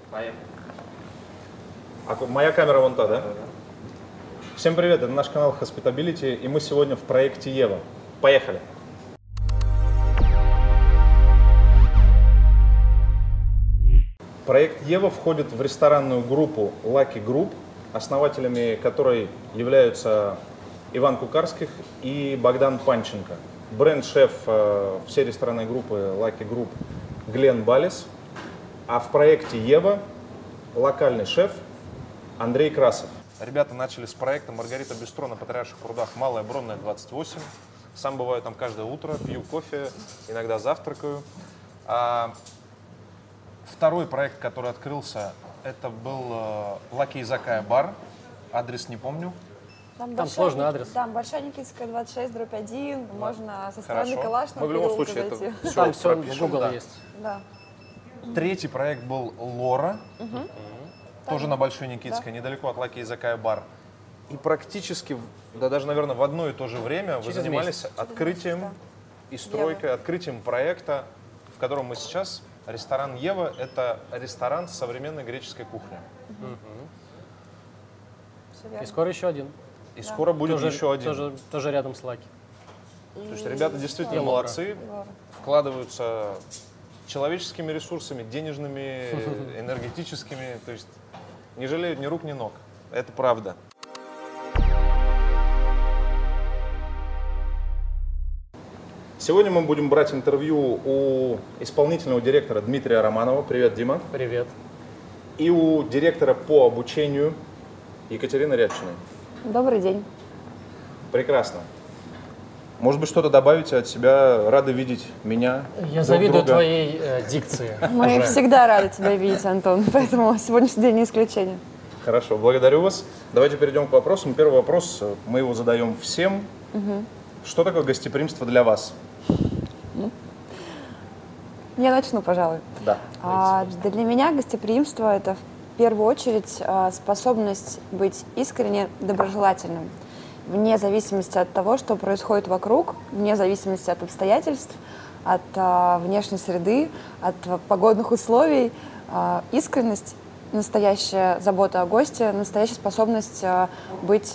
Поехали. Моя камера вон та, да? Всем привет, это наш канал Hospitability, и мы сегодня в проекте Ева. Поехали! Проект Ева входит в ресторанную группу Lucky Group, основателями которой являются Иван Кукарских и Богдан Панченко. Бренд-шеф всей ресторанной группы Lucky Group Глен Балес, а в проекте Ева локальный шеф Андрей Красов. Ребята начали с проекта «Маргарита Бистро» на Патриарших прудах, Малая Бронная, 28. Сам бываю там каждое утро, пью кофе, иногда завтракаю. Второй проект, который открылся, это был Lucky Izakaya бар. Адрес не помню. Там сложный адрес. Там Большая Никитская, 26/1. Можно со стороны Калашного Мы в любом переулка случае зайти. это все Там пропишем, все в Google да. есть. Да. Третий проект был Лора, тоже на Большой Никитской, недалеко от Lucky Izakaya бар. И практически, да даже, наверное, в одно и то же время вы занимались открытием и стройкой, открытием проекта, в котором мы сейчас. Ресторан Ева – это ресторан с современной греческой кухней. И скоро еще один. И скоро будет тоже, еще один. Тоже рядом с Lucky. То есть ребята действительно молодцы, вкладываются человеческими ресурсами, денежными, энергетическими. То есть не жалеют ни рук, ни ног. Это правда. Сегодня мы будем брать интервью у исполнительного директора Дмитрия Романова. Привет, Дима. Привет. И у директора по обучению Екатерины Рябчиной. Добрый день. Прекрасно. Может быть, что-то добавите от себя? Рады видеть меня. Я завидую твоей дикции. Мы всегда рады тебя видеть, Антон, поэтому сегодняшний день не исключение. Хорошо, благодарю вас. Давайте перейдем к вопросам. Первый вопрос, мы его задаем всем. Что такое гостеприимство для вас? Я начну, пожалуй. Да. Для меня гостеприимство – это в первую очередь способность быть искренне доброжелательным, вне зависимости от того, что происходит вокруг, вне зависимости от обстоятельств, от внешней среды, от погодных условий. Искренность, настоящая забота о госте, настоящая способность быть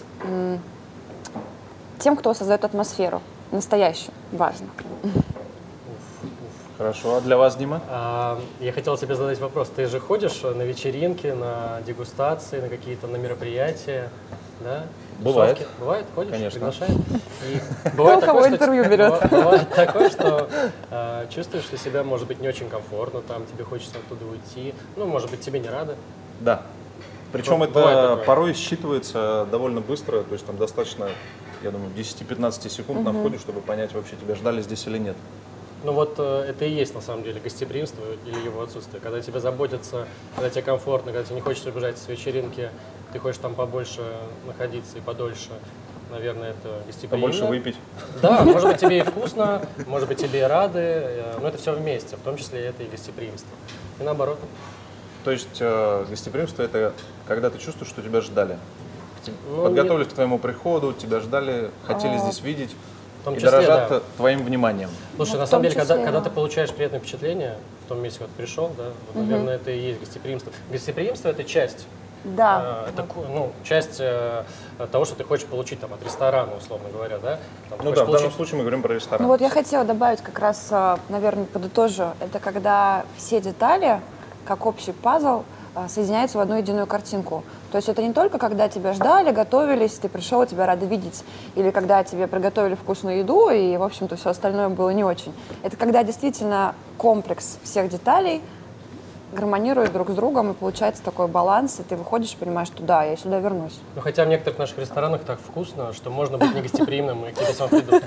тем, кто создает атмосферу. Настоящую. Важно. Хорошо. А для вас, Дима? Я хотел тебе задать вопрос. Ты же ходишь на вечеринки, на дегустации, на какие-то мероприятия, да? Бывает. Тусовки? Бывает? Ходишь? Конечно. Приглашают? Бывает кого интервью берет? Бывает такое, что чувствуешь ты себя, может быть, не очень комфортно, там тебе хочется оттуда уйти. Ну, может быть, тебе не рады. Да. Причем это порой считывается довольно быстро, то есть там достаточно, я думаю, 10-15 секунд на входе, чтобы понять, вообще тебя ждали здесь или нет. Ну вот это и есть на самом деле гостеприимство или его отсутствие. Когда тебя заботятся, когда тебе комфортно, когда тебе не хочется убежать с вечеринки, ты хочешь там побольше находиться и подольше, наверное, это гостеприимно. Побольше выпить. Да, может быть тебе и вкусно, может быть тебе и рады, но это все вместе, в том числе это и гостеприимство. И наоборот. То есть гостеприимство – это когда ты чувствуешь, что тебя ждали. Подготовились к твоему приходу, тебя ждали, хотели здесь видеть и дорожат твоим вниманием. Слушай, на самом деле, когда ты получаешь приятное впечатление в том месте, куда ты пришел, да, вот, наверное, это и есть гостеприимство. Гостеприимство – это часть. Да. Это часть того, что ты хочешь получить там, от ресторана, условно говоря, да? Там, Ну да, в данном случае мы говорим про ресторан. Ну вот я хотела добавить как раз, наверное, подытожу. Это когда все детали, как общий пазл, соединяются в одну единую картинку. То есть это не только когда тебя ждали, готовились, ты пришел, тебя рады видеть, или когда тебе приготовили вкусную еду, и, в общем-то, все остальное было не очень. Это когда действительно комплекс всех деталей гармонирует друг с другом, и получается такой баланс, и ты выходишь и понимаешь, что да, я сюда вернусь. Ну, хотя в некоторых наших ресторанах так вкусно, что можно быть негостеприимным, и к тебе сам придут.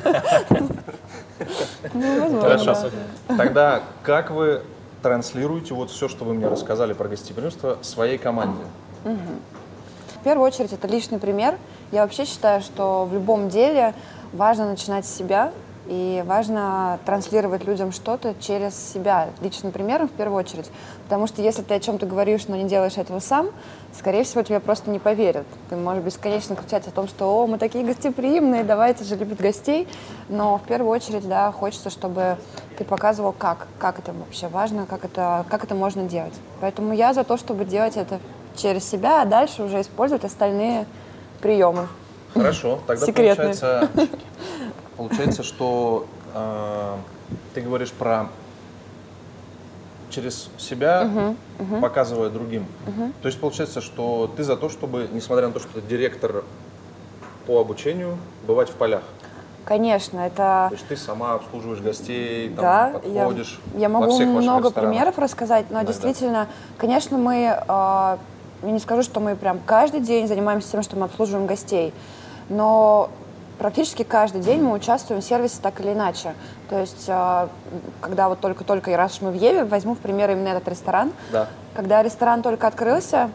Хорошо. Тогда как вы транслируете вот все, что вы мне рассказали про гостеприимство, своей команде? В первую очередь, это личный пример. Я вообще считаю, что в любом деле важно начинать с себя, И важно транслировать людям что-то через себя, личным примером в первую очередь. Потому что если ты о чем-то говоришь, но не делаешь этого сам, скорее всего, тебе просто не поверят. Ты можешь бесконечно кричать о том, что «О, мы такие гостеприимные, давайте же любить гостей». Но в первую очередь, да, хочется, чтобы ты показывал, как это вообще важно, как это можно делать. Поэтому я за то, чтобы делать это через себя, а дальше уже использовать остальные приемы. Хорошо, тогда Секретные. получается, что ты говоришь про через себя, показывая другим. То есть получается, что ты за то, чтобы, несмотря на то, что ты директор по обучению, бывать в полях. Конечно, это... То есть ты сама обслуживаешь гостей, там, Да, подходишь я во могу всех ваших много ресторанах. примеров рассказать, но Иногда. действительно, конечно, я не скажу, что мы прям каждый день занимаемся тем, что мы обслуживаем гостей, но практически каждый день мы участвуем в сервисе так или иначе. То есть, когда вот только-только, раз уж мы в Еве, возьму в пример именно этот ресторан. Да. Когда ресторан только открылся,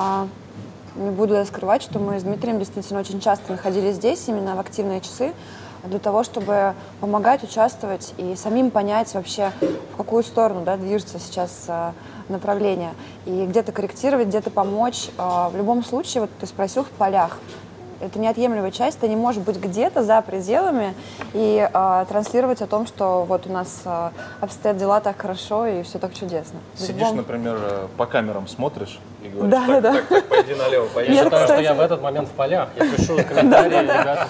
не буду скрывать, что мы с Дмитрием действительно очень часто находились здесь, именно в активные часы, для того, чтобы помогать, участвовать и самим понять вообще, в какую сторону, да, движется сейчас направление. И где-то корректировать, где-то помочь. В любом случае, вот ты спросил, в полях. Это неотъемлемая часть, ты не можешь быть где-то за пределами и транслировать о том, что вот у нас обстоят дела так хорошо и все так чудесно. Сидишь, например, по камерам смотришь и говоришь, Да, так, пойди налево, поедешь. Я Нет, считаю, что кстати. я в этот момент в полях. Я пишу комментарии, ребята.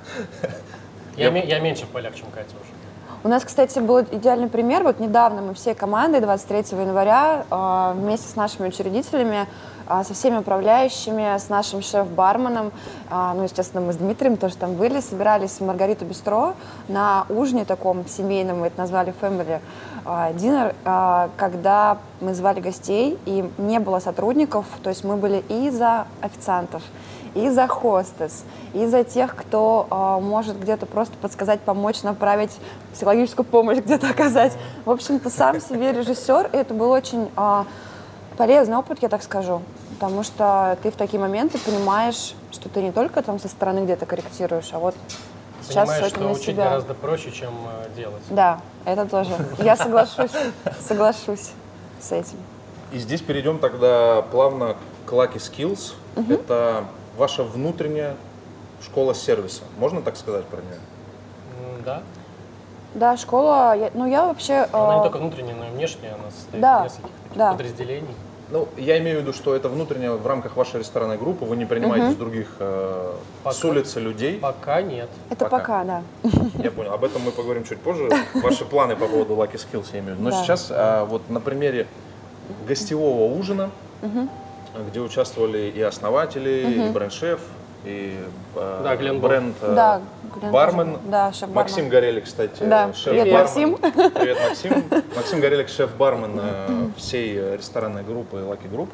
Я меньше в полях, чем Катя уже. У нас, кстати, был идеальный пример. Вот недавно мы всей командой 23 января вместе с нашими учредителями, со всеми управляющими, с нашим шеф-барменом, естественно, мы с Дмитрием тоже там были, собирались в Маргариту Бистро на ужине таком семейном, мы это назвали family dinner, когда мы звали гостей, и не было сотрудников, то есть мы были и за официантов, и за хостес, и за тех, кто может где-то просто подсказать, помочь, направить психологическую помощь где-то оказать. В общем-то, сам себе режиссер, и это был очень полезный опыт, я так скажу, потому что ты в такие моменты понимаешь, что ты не только там со стороны где-то корректируешь, а вот сейчас Понимаешь, это что на учить себя. гораздо проще, чем делать. Да, это тоже. Я соглашусь с этим. И здесь перейдем тогда плавно к Lucky Skills. Это ваша внутренняя школа сервиса. Можно так сказать про нее? Да. Да, школа, я вообще... Она не только внутренняя, но и внешняя. Она состоит Да, из нескольких таких да. подразделений. Ну, я имею в виду, что это внутренняя в рамках вашей ресторанной группы. Вы не принимаете с других с улицы людей. Пока нет. Это пока, да. Я понял. Об этом мы поговорим чуть позже. Ваши планы по поводу Lucky Skills я имею в виду. Но Да. сейчас вот на примере гостевого ужина, где участвовали и основатели, и бренд-шеф, и Да, Глен Бор. бренд Да, Глен бармен. тоже. Да, шеф-бармен. Максим Горелик, кстати, Да, привет, Максим. Привет, Максим. Максим Горелик, шеф-бармен всей ресторанной группы Lucky Group.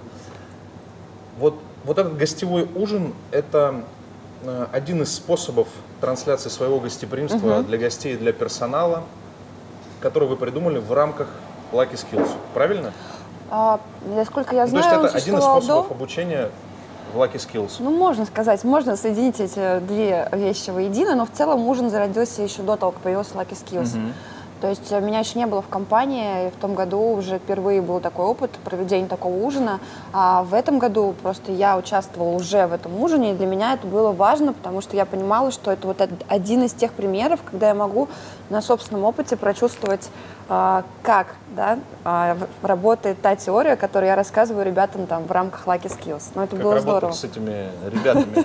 Вот этот гостевой ужин – это один из способов трансляции своего гостеприимства для гостей и для персонала, который вы придумали в рамках Lucky Skills. Правильно? Насколько я Ну, то есть знаю, это один из существовал способов до. обучения в Lucky Skills. Ну, можно сказать, можно соединить эти две вещи воедино, но в целом ужин зародился еще до того, как появился Lucky Skills. То есть меня еще не было в компании, и в том году уже впервые был такой опыт проведения такого ужина. А в этом году просто я участвовала уже в этом ужине, и для меня это было важно, потому что я понимала, что это вот один из тех примеров, когда я могу на собственном опыте прочувствовать, как, да, работает та теория, которую я рассказываю ребятам там в рамках Lucky Skills. Но это Как было работать здорово. с этими ребятами?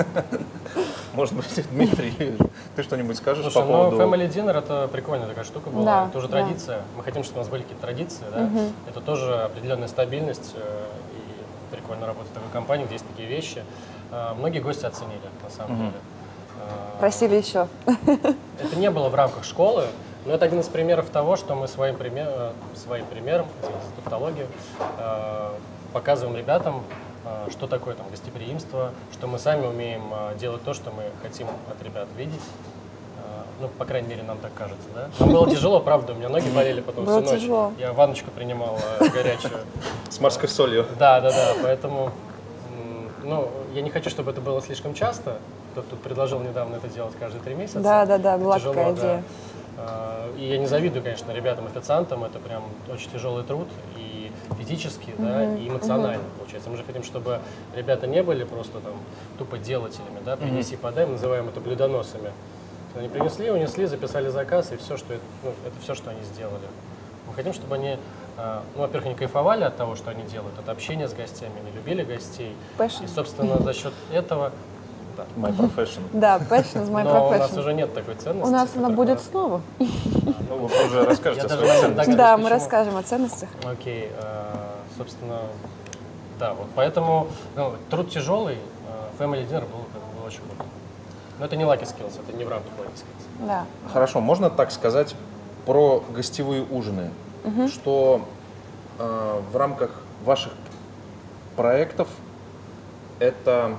Может быть, Дмитрий, ты что-нибудь скажешь Слушай, по поводу... Family Dinner — это прикольная такая штука была. Да, это уже да. традиция. Мы хотим, чтобы у нас были какие-то традиции, да? Это тоже определенная стабильность. И прикольно работать в такой компании, где есть такие вещи. Многие гости оценили, на самом деле. Просили еще. Это не было в рамках школы, но это один из примеров того, что мы своим примером, извините за тавтологию, показываем ребятам, что такое там гостеприимство, что мы сами умеем делать то, что мы хотим от ребят видеть. Ну, по крайней мере, нам так кажется, да? Нам было тяжело, правда, у меня ноги болели потом Было всю ночь. тяжело. Я ванночку принимал горячую. С морской солью. Да, поэтому Ну, я не хочу, чтобы это было слишком часто. Кто-то тут предложил недавно это делать каждые 3 месяца. Да, была Тяжело, такая да. идея. И я не завидую, конечно, ребятам-официантам. Это прям очень тяжелый труд и физически, да, и эмоционально, получается. Мы же хотим, чтобы ребята не были просто там тупо делателями, да, принеси, подай, мы называем это блюдоносами. Они принесли, унесли, записали заказ, и все, что это все, что они сделали. Мы хотим, чтобы они, ну, во-первых, не кайфовали от того, что они делают, от общения с гостями, они любили гостей. Passion. И, собственно, за счет этого... Да. My profession. Да, passion is my Но у нас profession. уже нет такой ценности. У нас она которая будет была. снова. Ну, вы уже расскажете Я о даже, своих наверное, ценностях. догадываюсь, Да, мы почему. расскажем о ценностях. Окей, собственно, да, вот поэтому труд тяжелый, Family Dinner был очень круто. Но это не Lucky Skills, это не в рамках Lucky Skills. Да. Хорошо, можно так сказать про гостевые ужины, что в рамках ваших проектов это,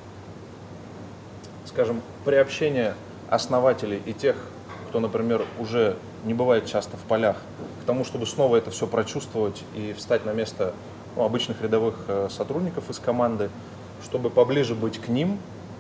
скажем, приобщение основателей и тех, кто, например, уже не бывает часто в полях, к тому, чтобы снова это все прочувствовать и встать на место обычных рядовых сотрудников из команды, чтобы поближе быть к ним.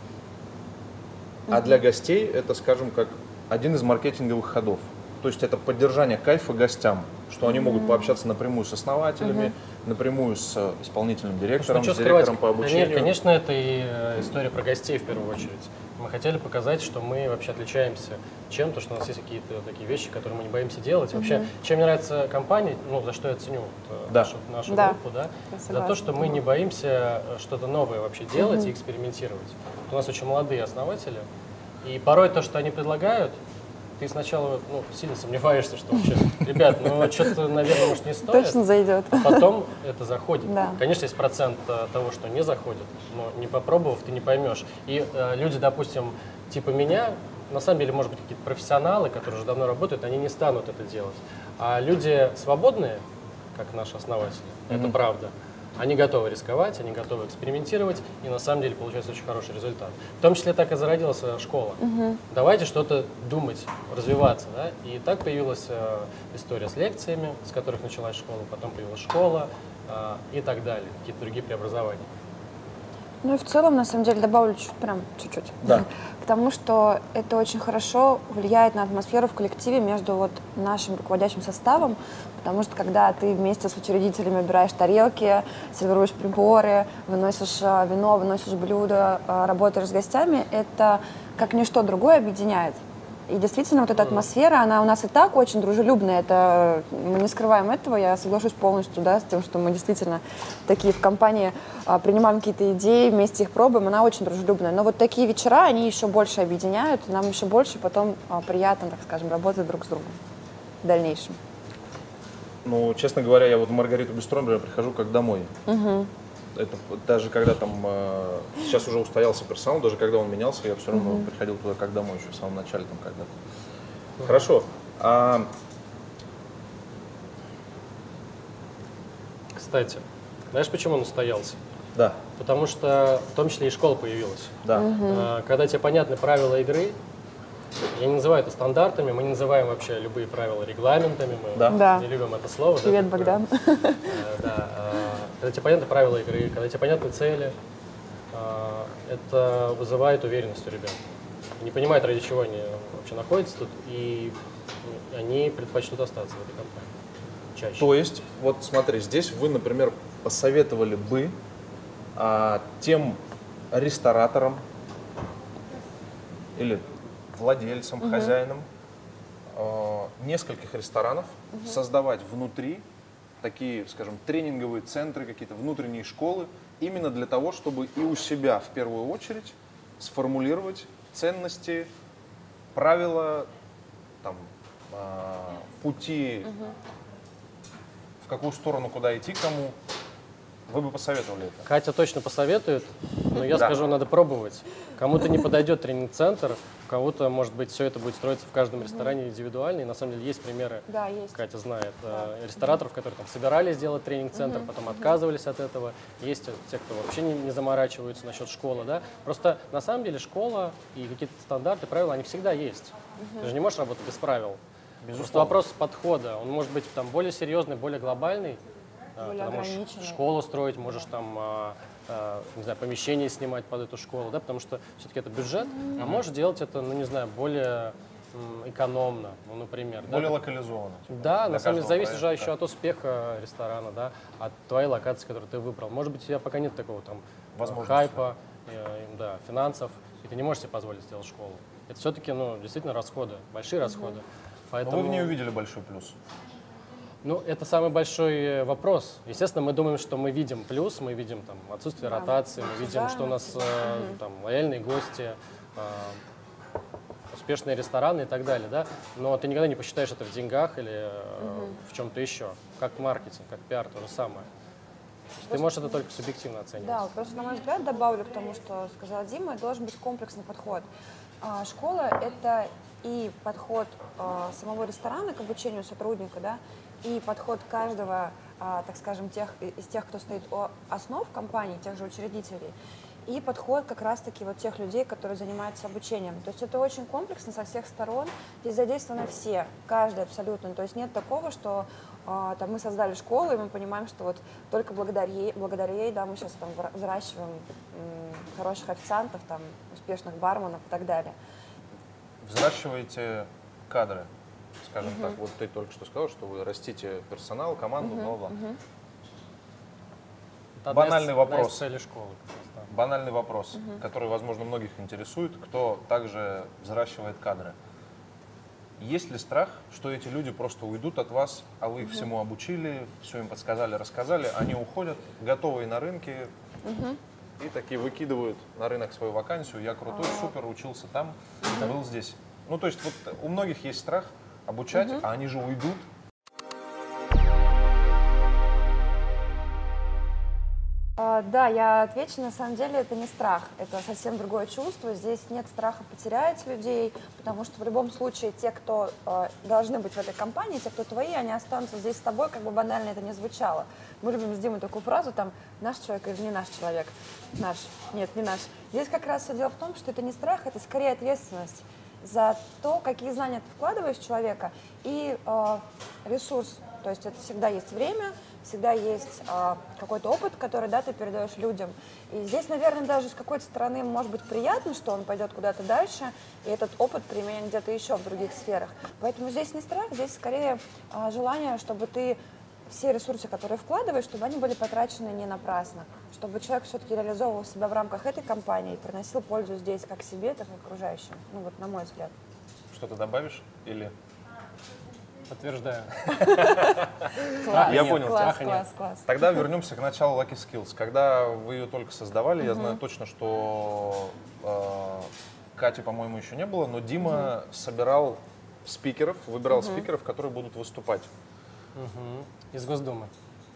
А для гостей это, скажем, как один из маркетинговых ходов. То есть это поддержание кайфа гостям, что они могут пообщаться напрямую с основателями, напрямую с исполнительным директором, Ну, с что директором скрывать? по обучению. Конечно, это и история про гостей в первую очередь. Мы хотели показать, что мы вообще отличаемся чем-то, что у нас есть какие-то такие вещи, которые мы не боимся делать. Вообще, чем мне нравится компания, ну, за что я ценю нашу Да. группу, да, Я за согласна. то, что мы не боимся что-то новое вообще делать и экспериментировать. Вот у нас очень молодые основатели, и порой то, что они предлагают, ты сначала сильно сомневаешься, что вообще, ребят, что-то, наверное, может, не стоит. Точно зайдет. А потом это заходит. Да. Конечно, есть процент того, что не заходит, но не попробовав, ты не поймешь. И люди, допустим, типа меня, на самом деле, может быть, какие-то профессионалы, которые уже давно работают, они не станут это делать. А люди свободные, как наши основатели, это правда, они готовы рисковать, они готовы экспериментировать, и на самом деле получается очень хороший результат. В том числе так и зародилась школа. Давайте что-то думать, развиваться. Да? И так появилась история с лекциями, с которых началась школа, потом появилась школа и так далее, какие-то другие преобразования. Ну и в целом, на самом деле, добавлю чуть-чуть. Да. К тому, что это очень хорошо влияет на атмосферу в коллективе между нашим руководящим составом, потому что когда ты вместе с учредителями убираешь тарелки, сервируешь приборы, выносишь вино, выносишь блюда, работаешь с гостями, это как ничто другое объединяет. И действительно, вот эта атмосфера, она у нас и так очень дружелюбная, это, мы не скрываем этого, я соглашусь полностью, да, с тем, что мы действительно такие в компании принимаем какие-то идеи, вместе их пробуем, она очень дружелюбная. Но вот такие вечера, они еще больше объединяют, и нам еще больше потом приятно, так скажем, работать друг с другом в дальнейшем. Ну, честно говоря, я вот в Маргариту Бистро, например, прихожу как домой. Это даже когда там, сейчас уже устоялся персонал, даже когда он менялся, я все равно приходил туда как домой, еще в самом начале там когда-то. Хорошо. Кстати, знаешь, почему он устоялся? Да, Потому что в том числе и школа появилась. да. Когда тебе понятны правила игры, я не называю это стандартами, мы не называем вообще любые правила регламентами, мы Да. не любим это слово. Привет, да, такое. Богдан. Когда тебе понятны правила игры, когда тебе понятны цели, это вызывает уверенность у ребят. Не понимают, ради чего они вообще находятся тут, и они предпочтут остаться в этой компании чаще. То есть, вот смотри, здесь вы, например, посоветовали бы тем рестораторам или владельцам, хозяинам нескольких ресторанов создавать внутри такие, скажем, тренинговые центры, какие-то внутренние школы, именно для того, чтобы и у себя в первую очередь сформулировать ценности, правила, там, пути, в какую сторону, куда идти, кому. Вы бы посоветовали это? Катя точно посоветует, но я Да. скажу, надо пробовать. Кому-то не подойдет тренинг-центр, у кого-то, может быть, все это будет строиться в каждом ресторане индивидуально. И на самом деле есть примеры, Да, есть. Катя знает, рестораторов, которые там собирались сделать тренинг-центр, потом отказывались от этого. Есть те, кто вообще не заморачиваются насчет школы. Да? Просто на самом деле школа и какие-то стандарты, правила, они всегда есть. Ты же не можешь работать без правил. Просто вопрос подхода. Он может быть там более серьезный, более глобальный, более ты можешь ограниченный. школу строить, можешь там, не знаю, помещение снимать под эту школу, да, потому что все-таки это бюджет, а можешь делать это, ну, не знаю, более экономно, ну, например. Более да, локализованно. типа, да, для на самом деле каждого зависит же проекта. еще от успеха ресторана, да, от твоей локации, которую ты выбрал. Может быть, у тебя пока нет такого там Возможности. хайпа, да, финансов, и ты не можешь себе позволить сделать школу. Это все-таки, ну, действительно расходы, большие расходы. Но Поэтому, вы в ней увидели большой плюс. ну, это самый большой вопрос. Естественно, мы думаем, что мы видим плюс, мы видим там отсутствие Да, ротации, мы видим, что у нас обсуждаем. там лояльные гости, успешные рестораны и так далее, да. Но ты никогда не посчитаешь это в деньгах или в чем-то еще. Как маркетинг, как пиар, то же самое. То есть ты можешь это только субъективно оценивать. Да, вот просто, на мой взгляд, добавлю к тому, что сказала Дима, должен быть комплексный подход. Школа – это и подход самого ресторана к обучению сотрудника, да, и подход каждого, так скажем, из тех, кто стоит у основ компании, тех же учредителей, и подход как раз-таки вот тех людей, которые занимаются обучением. То есть это очень комплексно со всех сторон. Здесь задействованы все, каждый абсолютно. То есть нет такого, что там, мы создали школу, и мы понимаем, что вот только благодаря ей да, мы сейчас там взращиваем хороших официантов, там, успешных барменов и так далее. Взращиваете кадры, скажем так. Вот ты только что сказал, что вы растите персонал, команду, бла-бла. Это Банальный одна из вопрос. целей школы. как раз, да. Банальный вопрос, который, возможно, многих интересует, кто также взращивает кадры. Есть ли страх, что эти люди просто уйдут от вас, а вы их всему обучили, все им подсказали, рассказали, они уходят, готовые на рынке, и такие выкидывают на рынок свою вакансию, я крутой, супер, учился там, был здесь. Ну, то есть вот у многих есть страх обучать, а они же уйдут. Да, я отвечу, на самом деле это не страх, это совсем другое чувство. Здесь нет страха потерять людей, потому что в любом случае те, кто должны быть в этой компании, те, кто твои, они останутся здесь с тобой, как бы банально это ни звучало. Мы любим с Димой такую фразу, там, наш человек или не наш человек. Наш. Нет, не наш. Здесь как раз все дело в том, что это не страх, это скорее ответственность за то, какие знания ты вкладываешь в человека, и ресурс. То есть это всегда есть время, всегда есть какой-то опыт, который да, ты передаешь людям. И здесь, наверное, даже с какой-то стороны может быть приятно, что он пойдет куда-то дальше, и этот опыт применен где-то еще в других сферах. Поэтому здесь не страх, здесь скорее желание, чтобы ты все ресурсы, которые вкладываешь, чтобы они были потрачены не напрасно, чтобы человек все-таки реализовывал себя в рамках этой компании и приносил пользу здесь как себе, так и окружающим. Ну вот, на мой взгляд. Что-то добавишь? Или... Подтверждаю. Класс, Я понял класс, тебя. класс, класс. Тогда вернемся к началу Lucky Skills. Когда вы ее только создавали, я знаю точно, что Кати, по-моему, еще не было, но Дима собирал спикеров, выбирал спикеров, которые будут выступать. Из Госдумы.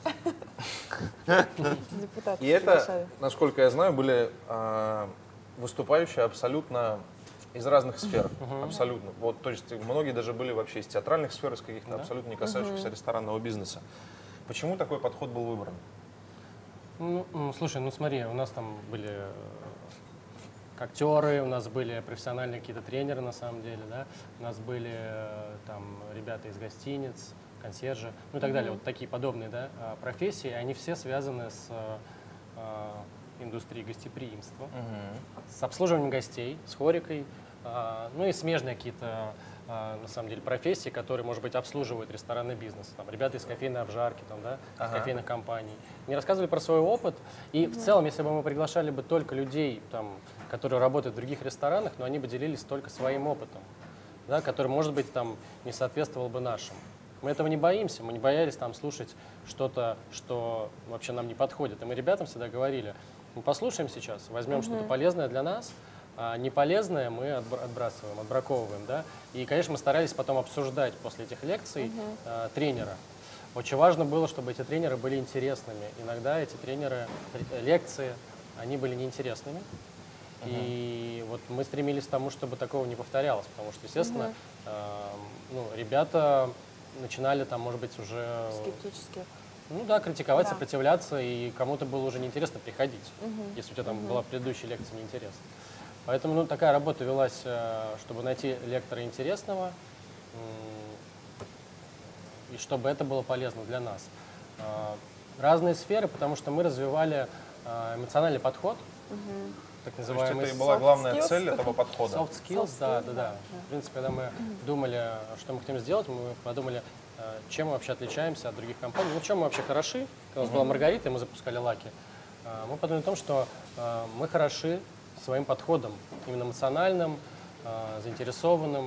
Депутаты И это, приглашали. насколько я знаю, были выступающие абсолютно из разных сфер. Абсолютно. Вот, то есть многие даже были вообще из театральных сфер, из каких-то абсолютно не касающихся ресторанного бизнеса. Почему такой подход был выбран? Ну, слушай, ну смотри, у нас там были актеры, у нас были профессиональные какие-то тренеры на самом деле, да, у нас были там ребята из гостиниц, консьержи, ну и так далее, вот такие подобные, да, профессии, они все связаны с индустрией гостеприимства, с обслуживанием гостей, с хорикой, ну и смежные какие-то, на самом деле, профессии, которые, может быть, обслуживают ресторанный бизнес. Там, ребята из кофейной обжарки, там, да, из кофейных компаний. Они рассказывали про свой опыт. И в целом, если бы мы приглашали бы только людей, там, которые работают в других ресторанах, но они бы делились только своим опытом, да, который, может быть, там, не соответствовал бы нашему. Мы этого не боимся, мы не боялись там слушать что-то, что вообще нам не подходит. И мы ребятам всегда говорили, мы послушаем сейчас, возьмем что-то полезное для нас, а неполезное мы отбрасываем, отбраковываем, да. И, конечно, мы старались потом обсуждать после этих лекций тренера. Очень важно было, чтобы эти тренеры были интересными. Иногда эти тренеры, лекции, они были неинтересными. И вот мы стремились к тому, чтобы такого не повторялось, потому что, естественно, ну, ребята начинали там, может быть, уже... Скептически. Ну да, критиковать, Да. сопротивляться, и кому-то было уже неинтересно приходить, если у тебя там была предыдущая лекция неинтересна. Поэтому ну, такая работа велась, чтобы найти лектора интересного, и чтобы это было полезно для нас. разные сферы, потому что мы развивали эмоциональный подход, так То есть называемый это и была soft главная skills. цель этого подхода. soft skills, Soft skills, да. да. В принципе, когда мы думали, что мы хотим сделать, мы подумали, чем мы вообще отличаемся от других компаний, ну, в чем мы вообще хороши. Когда у нас была Маргарита, и мы запускали Лаки, мы подумали о том, что мы хороши своим подходом, именно эмоциональным, заинтересованным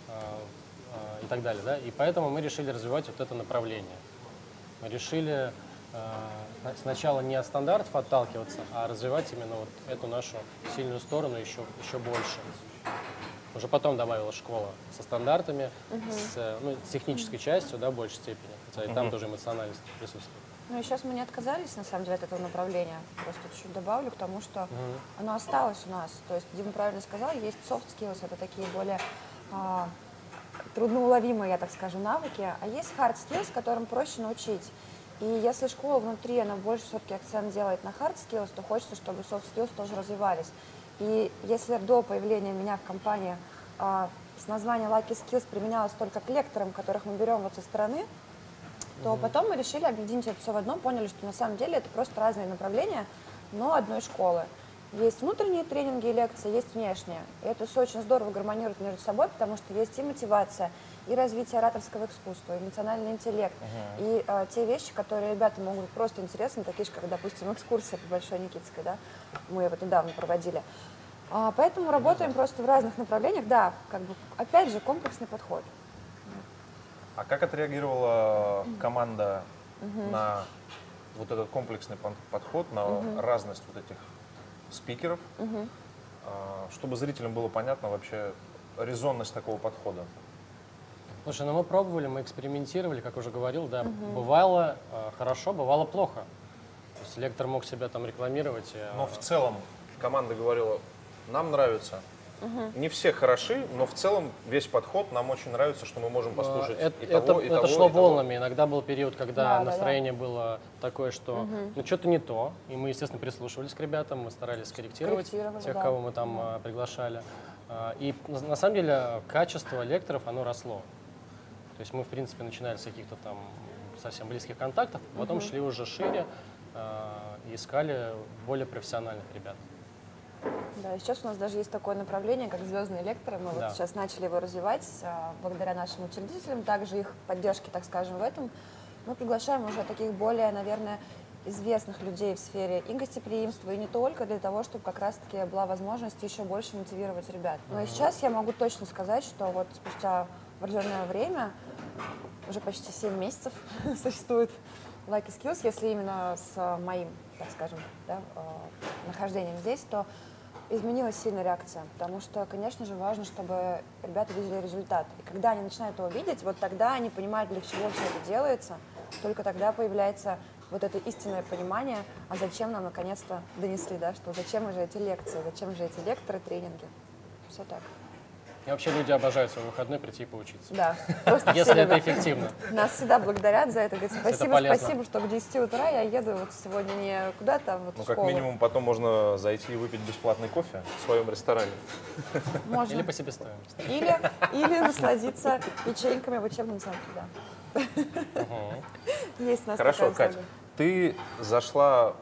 и так далее. Да? И поэтому мы решили развивать вот это направление. Мы решили сначала не от стандартов отталкиваться, а развивать именно вот эту нашу сильную сторону еще больше. Уже потом добавила школа со стандартами, с технической частью, да, в большей степени, хотя и там тоже эмоциональность присутствует. Ну и сейчас мы не отказались, на самом деле, от этого направления. Просто чуть-чуть добавлю к тому, что оно осталось у нас. То есть Дима правильно сказал, есть soft skills, это такие более трудноуловимые, я так скажу, навыки, а есть hard skills, которым проще научить. И если школа внутри, она больше все-таки акцент делает на hard skills, то хочется, чтобы soft skills тоже развивались. И если до появления меня в компании с названием Lucky Skills применялось только к лекторам, которых мы берем вот со стороны, то потом мы решили объединить это все в одном, поняли, что на самом деле это просто разные направления, но одной школы. Есть внутренние тренинги и лекции, есть внешние. И это все очень здорово гармонирует между собой, потому что есть и мотивация, и развитие ораторского искусства, и эмоциональный интеллект, и те вещи, которые ребята могут быть просто интересны, такие же, как, допустим, экскурсия по Большой Никитской, да, мы вот недавно проводили. Поэтому работаем просто в разных направлениях, да, как бы, опять же, комплексный подход. А как отреагировала команда на вот этот комплексный подход, на разность вот этих спикеров, чтобы зрителям было понятно вообще резонность такого подхода? Слушай, ну мы пробовали, мы экспериментировали, как уже говорил, да, бывало хорошо, бывало плохо. То есть лектор мог себя там рекламировать. Но в целом команда говорила, нам нравится. Не все хороши, но в целом весь подход нам очень нравится, что мы можем послушать и того, и того, это шло и того. волнами. Иногда был период, когда Да, настроение было такое, что ну что-то не то. И мы, естественно, прислушивались к ребятам, мы старались корректировать тех, да. кого мы там приглашали. И на самом деле качество лекторов, оно росло. То есть мы, в принципе, начинали с каких-то там совсем близких контактов, потом шли уже шире и искали более профессиональных ребят. Да, и сейчас у нас даже есть такое направление, как звездные лекторы. Мы вот сейчас начали его развивать благодаря нашим учредителям, также их поддержке, так скажем, в этом. Мы приглашаем уже таких более, наверное, известных людей в сфере и гостеприимства, и не только, для того, чтобы как раз-таки была возможность еще больше мотивировать ребят. Но и сейчас я могу точно сказать, что вот спустя определенное время, уже почти 7 месяцев существует Lucky Skills, если именно с моим, так скажем, да, нахождением здесь, то изменилась сильная реакция, потому что, конечно же, важно, чтобы ребята видели результат. И когда они начинают его видеть, вот тогда они понимают, для чего все это делается, только тогда появляется вот это истинное понимание, а зачем нам наконец-то донесли, да, что зачем же эти лекции, зачем же эти лекторы, тренинги. Все так. И вообще люди обожают свой выходной прийти и поучиться. Да, просто Если все это любят. эффективно. Нас всегда благодарят за это. Говорят, спасибо, полезно. спасибо, что к 10 утра я еду вот сегодня не куда-то, а вот Ну, в как школу. минимум, потом можно зайти и выпить бесплатный кофе в своем ресторане. Можно. Или по себестоимости. Или насладиться печеньками в учебном центре, да. Есть у нас Хорошо, такая Кать, услуга. ты зашла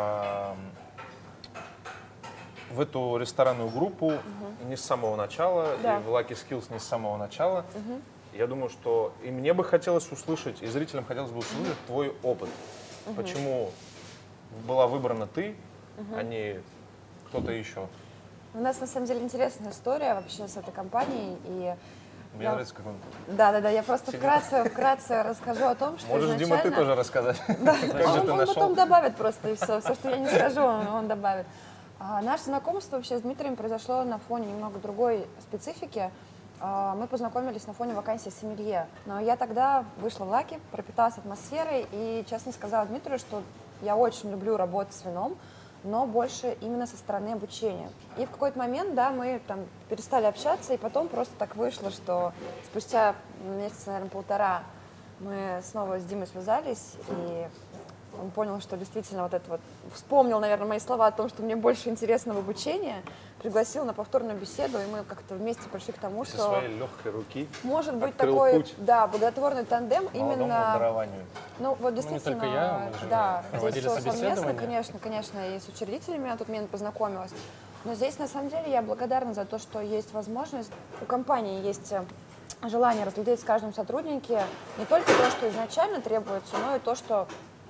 в эту ресторанную группу не с самого начала, Да. и в Lucky Skills не с самого начала. Я думаю, что и мне бы хотелось услышать, и зрителям хотелось бы услышать твой опыт. Почему была выбрана ты, а не кто-то еще? У нас на самом деле интересная история вообще с этой компанией. И Мне нравится, как он... Да, я просто вкратце расскажу о том, что Можешь, изначально... Дима, ты тоже рассказать. Как же ты Он нашел? потом добавит просто, и все, что я не скажу, он добавит. Наше знакомство вообще с Дмитрием произошло на фоне немного другой специфики. Мы познакомились на фоне вакансии сомелье. Но я тогда вышла в Лаки, пропиталась атмосферой и честно сказала Дмитрию, что я очень люблю работать с вином, но больше именно со стороны обучения. И в какой-то момент, да, мы там перестали общаться, и потом просто так вышло, что спустя месяца, наверное, полтора мы снова с Димой связались, и он понял, что действительно вот это вот, вспомнил, наверное, мои слова о том, что мне больше интересно в обучении, пригласил на повторную беседу, и мы как-то вместе пришли к тому, Со что своей легкой руки может быть открыл такой, путь да, благотворный тандем молодому именно, дарованию. ну вот не действительно, только я, мы же да, проводили здесь совместно, собеседование. конечно, я и с учредителями на тот момент познакомилась, но здесь на самом деле я благодарна за то, что есть возможность, у компании есть желание разглядеть в каждом сотруднике не только то, что изначально требуется, но и то, что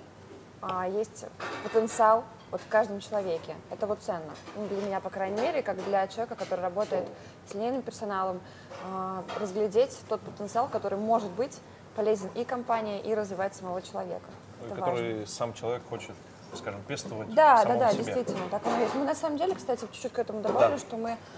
есть потенциал вот в каждом человеке. Это вот ценно. Ну, для меня, по крайней мере, как для человека, который работает с линейным персоналом, разглядеть тот потенциал, который может быть полезен и компании, и развивать самого человека. Ну, и Это который важно. сам человек хочет, скажем, пестовать Да, в самом себе. действительно, так оно есть. Мы на самом деле, кстати, чуть-чуть к этому добавлю, Да. что мы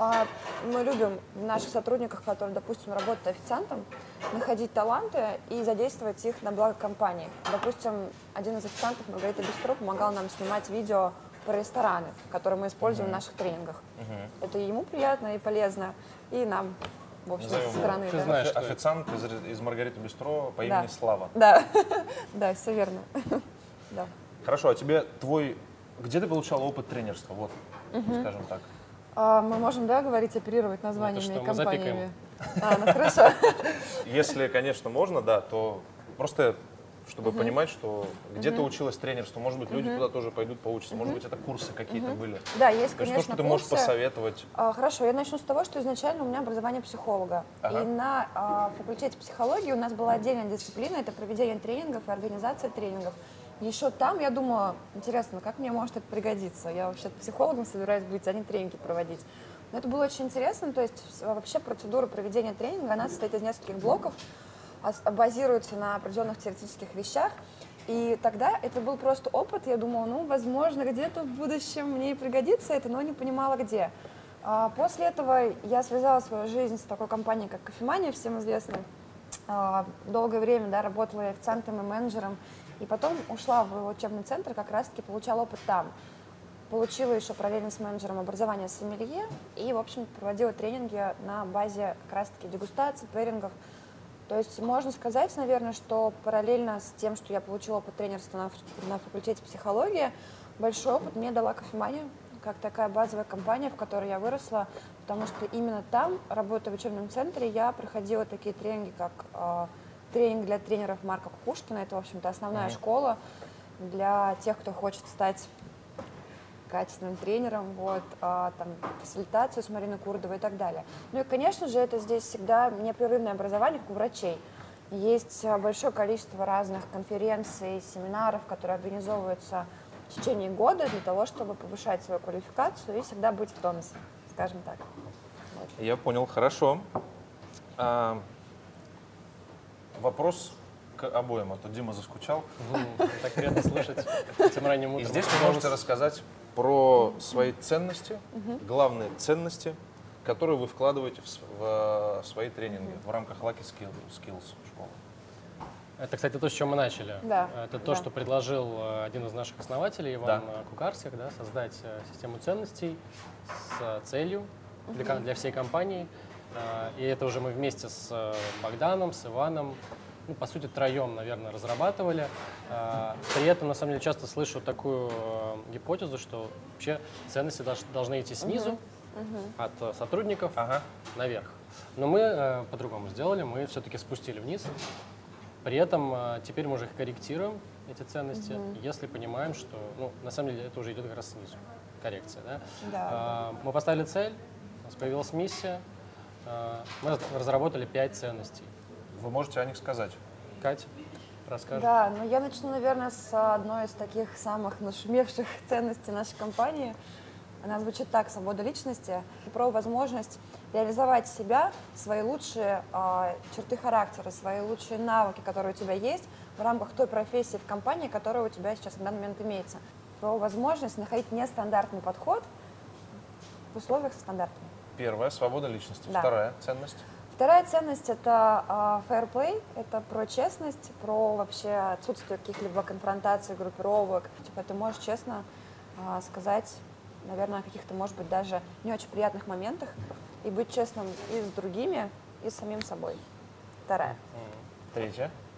любим в наших сотрудниках, которые, допустим, работают официантом, находить таланты и задействовать их на благо компании. Допустим, один из официантов, Маргарита Бистро, помогал нам снимать видео про рестораны, которые мы используем в наших тренингах. Это и ему приятно и полезно, и нам, в общем, Назовем со стороны. Ты да. знаешь, что Официант из Маргариты Бистро по Да. имени Слава. Да, да, все верно. Да. Хорошо, а тебе где ты получала опыт тренерства, вот, скажем так? Мы можем, да, говорить, оперировать Это названиями что, и мы компаниями? Ну хорошо. Если, конечно, можно, да, то просто чтобы понимать, что где ты училась тренерству, может быть, люди туда тоже пойдут поучатся, может быть, это курсы какие-то были. Да, есть, То есть конечно, то, что ты можешь курсы. посоветовать. Хорошо, я начну с того, что изначально у меня образование психолога. Ага. И на факультете психологии у нас была отдельная дисциплина, это проведение тренингов и организация тренингов. Еще там я думала, интересно, как мне может это пригодиться? Я вообще психологом собираюсь быть, а не тренинги проводить. Но это было очень интересно, то есть вообще процедура проведения тренинга, она состоит из нескольких блоков, базируется на определенных теоретических вещах. И тогда это был просто опыт, я думала, ну, возможно, где-то в будущем мне и пригодится это, но не понимала, где. После этого я связала свою жизнь с такой компанией, как «Кофемания», всем известной. Долгое время, да, работала и официантом, и менеджером. И потом ушла в учебный центр, как раз-таки получала опыт там. Получила еще параллельно с менеджером образование сомелье и, в общем, проводила тренинги на базе как раз-таки дегустаций, пэрингов. То есть можно сказать, наверное, что параллельно с тем, что я получила опыт тренерства на факультете психологии, большой опыт мне дала «Кофемания», как такая базовая компания, в которой я выросла, потому что именно там, работая в учебном центре, я проходила такие тренинги, как тренинг для тренеров Марка Кукушкина. Это, в общем-то, основная школа для тех, кто хочет стать качественным тренером, вот, там, фасилитацию с Мариной Курдовой и так далее. Ну и, конечно же, это здесь всегда непрерывное образование, как у врачей. Есть большое количество разных конференций, семинаров, которые организовываются в течение года для того, чтобы повышать свою квалификацию и всегда быть в тонусе, скажем так. Вот. Я понял, хорошо. Вопрос к обоим, а то Дима заскучал. Так приятно слушать этим ранним И утром. здесь вы можете рассказать про свои ценности, главные ценности, которые вы вкладываете в свои тренинги в рамках Lucky Skills школы. Это, кстати, то, с чем мы начали. Да, Это то, да. что предложил один из наших основателей, Иван Кукарских, да, создать систему ценностей с целью для всей компании. И это уже мы вместе с Богданом, с Иваном, ну, по сути, троем, наверное, разрабатывали. При этом, на самом деле, часто слышу такую гипотезу, что вообще ценности должны идти снизу, от сотрудников наверх. Но мы по-другому сделали, мы все-таки спустили вниз. При этом теперь мы уже их корректируем, эти ценности, если понимаем, что, ну, на самом деле, это уже идет как раз снизу, коррекция. Да? Да. Мы поставили цель, у нас появилась миссия, мы разработали 5 ценностей. Вы можете о них сказать? Катя, расскажи. Да, но я начну, наверное, с одной из таких самых нашумевших ценностей нашей компании. Она звучит так: свобода личности, про возможность реализовать себя, свои лучшие черты характера, свои лучшие навыки, которые у тебя есть в рамках той профессии в компании, которая у тебя сейчас на данный момент имеется. Про возможность находить нестандартный подход в условиях со стандартами. Первая — свобода личности. Да. Вторая ценность. Вторая ценность — это fair play, это про честность, про вообще отсутствие каких-либо конфронтаций, группировок. Типа ты можешь честно сказать, наверное, о каких-то, может быть, даже не очень приятных моментах и быть честным и с другими, и с самим собой. Вторая. Третья.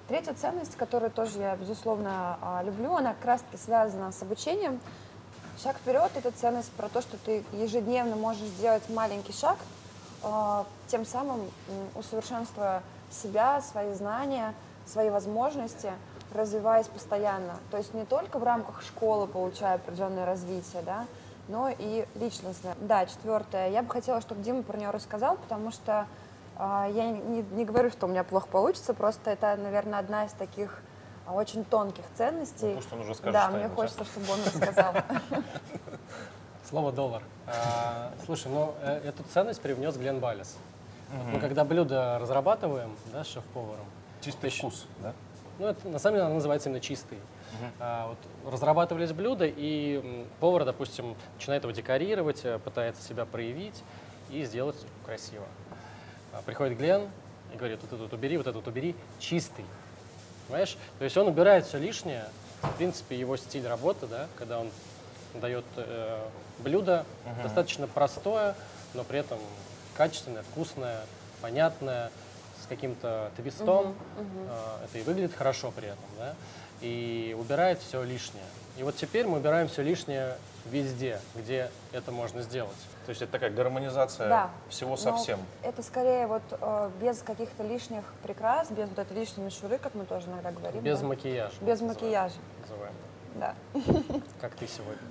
Третья ценность, которую тоже я, безусловно, люблю, она как раз-таки связана с обучением. Шаг вперед – это ценность про то, что ты ежедневно можешь сделать маленький шаг, тем самым усовершенствуя себя, свои знания, свои возможности, развиваясь постоянно. То есть не только в рамках школы получая определенное развитие, да, но и личностное. Да, четвертое. Я бы хотела, чтобы Дима про нее рассказал, потому что я не говорю, что у меня плохо получится, просто это, наверное, одна из таких очень тонких ценностей. Пусть он уже скажет да, что-нибудь, мне хочется, чтобы он рассказал. Слово «доллар». Слушай, ну эту ценность привнес Глен Баллес. Мы когда блюдо разрабатываем, да, с шеф-поваром. Чистый вкус, да? Ну, это, на самом деле, она называется именно чистый. Вот, разрабатывались блюда, и повар, допустим, начинает его декорировать, пытается себя проявить и сделать красиво. Приходит Глен и говорит, вот этот убери, вот этот убери, чистый. Понимаешь? То есть он убирает все лишнее. В принципе, его стиль работы, да, когда он дает блюдо достаточно простое, но при этом качественное, вкусное, понятное, с каким-то твистом. Это и выглядит хорошо при этом, да, и убирает все лишнее. И вот теперь мы убираем все лишнее везде, где это можно сделать. То есть это такая гармонизация Да, всего но совсем. это скорее вот без каких-то лишних прикрас, без вот этой лишней мишуры, как мы тоже иногда говорим. Без да? макияжа. Без макияжа, Называем. да. Как ты сегодня.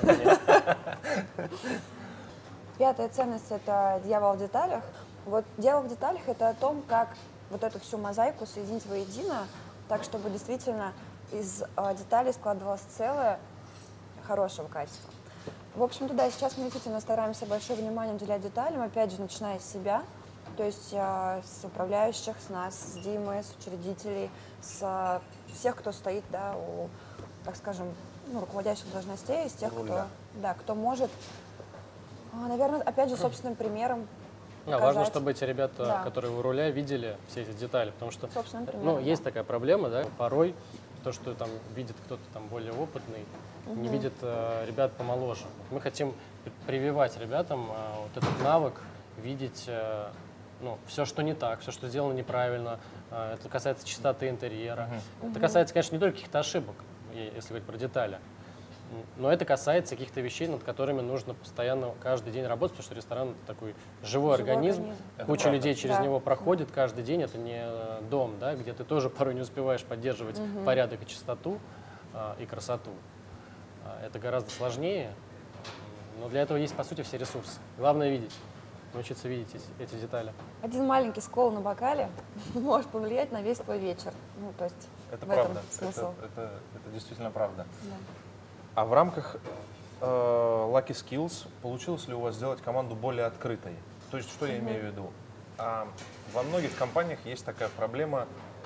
Пятая ценность – это дьявол в деталях. Вот дьявол в деталях – это о том, как вот эту всю мозаику соединить воедино, так, чтобы действительно из деталей складывалось целое хорошего качества. В общем-то, да, сейчас мы действительно стараемся большое внимание уделять деталям, опять же, начиная с себя, то есть с управляющих, с нас, с Димой, с учредителей, с всех, кто стоит, да, у, так скажем, ну, руководящих должностей, из тех, кто, да, кто может, наверное, опять же, собственным примером показать. Важно, чтобы эти ребята, Да. которые у руля, видели все эти детали, потому что, Собственным ну, примером, есть да. такая проблема, да, порой то, что там видит кто-то там более опытный, не видит ребят помоложе. Мы хотим прививать ребятам вот этот навык видеть ну, все, что не так, все, что сделано неправильно. Это касается чистоты интерьера. Это касается, конечно, не только каких-то ошибок, если говорить про детали. Но это касается каких-то вещей, над которыми нужно постоянно каждый день работать, потому что ресторан — это такой живой организм. Куча людей через Да. него проходит каждый день. Это не дом, да, где ты тоже порой не успеваешь поддерживать порядок и чистоту и красоту. Это гораздо сложнее, но для этого есть, по сути, все ресурсы. Главное — видеть, научиться видеть эти детали. Один маленький скол на бокале может повлиять на весь твой вечер. Ну, то есть Это в правда. этом смысл. Это действительно правда. Да. А в рамках Lucky Skills получилось ли у вас сделать команду более открытой? То есть, что я имею в виду? Во многих компаниях есть такая проблема,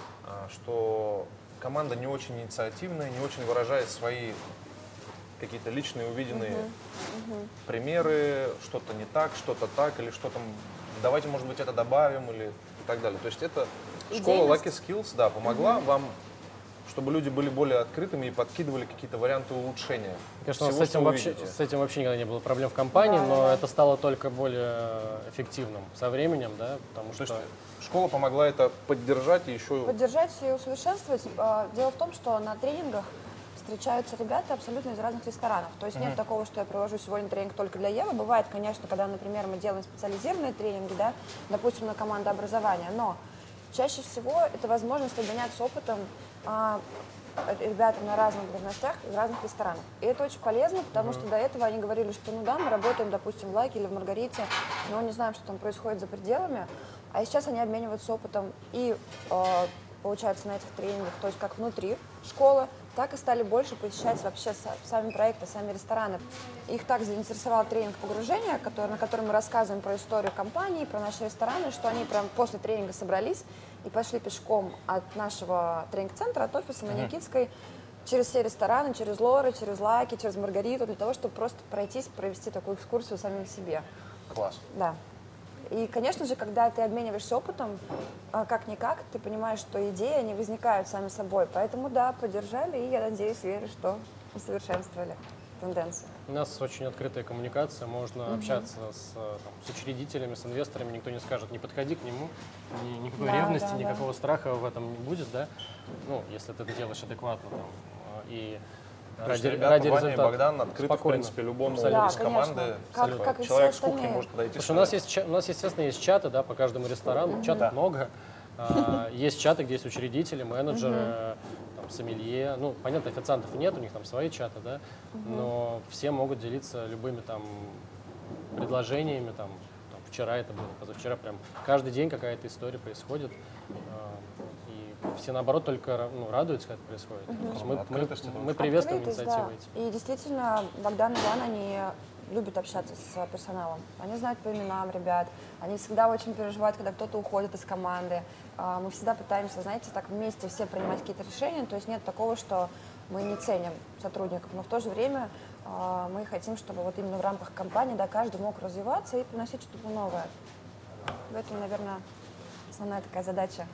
что команда не очень инициативная, не очень выражает свои какие-то личные увиденные примеры, что-то не так, что-то так, или что там, давайте, может быть, это добавим, или и так далее. То есть это школа Lucky Skills, да, помогла вам, чтобы люди были более открытыми и подкидывали какие-то варианты улучшения. Конечно, всего, что вы с видите. этим вообще никогда не было проблем в компании, Да, но да. это стало только более эффективным со временем, да, потому То что... есть школа помогла это поддержать и еще... Поддержать и усовершенствовать. Дело в том, что на тренингах встречаются ребята абсолютно из разных ресторанов. То есть нет такого, что я провожу сегодня тренинг только для Евы. Бывает, конечно, когда, например, мы делаем специализированные тренинги, да, допустим, на командообразование, но чаще всего это возможность обменяться опытом ребятам на разных должностях из разных ресторанов. И это очень полезно, потому что до этого они говорили, что ну да, мы работаем, допустим, в Лаке или в Маргарите, но не знаем, что там происходит за пределами. А сейчас они обмениваются опытом и, получается, на этих тренингах, то есть как внутри школы, так и стали больше посещать вообще сами проекты, сами рестораны. Их так заинтересовал тренинг погружения, на котором мы рассказываем про историю компании, про наши рестораны, что они прям после тренинга собрались и пошли пешком от нашего тренинг-центра, от офиса на Никитской, через все рестораны, через Лоры, через Лаки, через Маргариту, для того, чтобы просто пройтись, провести такую экскурсию самим себе. Класс. Да. И, конечно же, когда ты обмениваешься опытом, как-никак, ты понимаешь, что идеи, они возникают сами собой. Поэтому, да, поддержали, и я надеюсь, верю, что усовершенствовали. тенденции? У нас очень открытая коммуникация, можно общаться с учредителями, с инвесторами, никто не скажет, не подходи к нему, никакой Да, ревности, да, никакого страха в этом не будет, да, ну, если ты это делаешь адекватно там, и То есть ради ребята, Ваня и результата. Богдан открыты, в Спокойно. принципе, любому Абсолютно. из команды. Как и все Человек с кухни остальные. может подойти. Потому что у нас, естественно, есть чаты, да, по каждому ресторану, чатов много. Есть чаты, где есть учредители, менеджеры, там, сомелье. Ну, понятно, официантов нет, у них там свои чаты, да, но все могут делиться любыми там предложениями, там, вчера это было, позавчера, прям каждый день какая-то история происходит. И все, наоборот, только радуются, когда это происходит. То есть мы приветствуем Открытость, инициативы да. эти. И действительно, Богдан и Иван, они любят общаться с персоналом. Они знают по именам ребят, они всегда очень переживают, когда кто-то уходит из команды. Мы всегда пытаемся, знаете, так вместе все принимать какие-то решения, то есть нет такого, что мы не ценим сотрудников, но в то же время мы хотим, чтобы вот именно в рамках компании, да, каждый мог развиваться и приносить что-то новое. В этом, наверное, основная такая задача.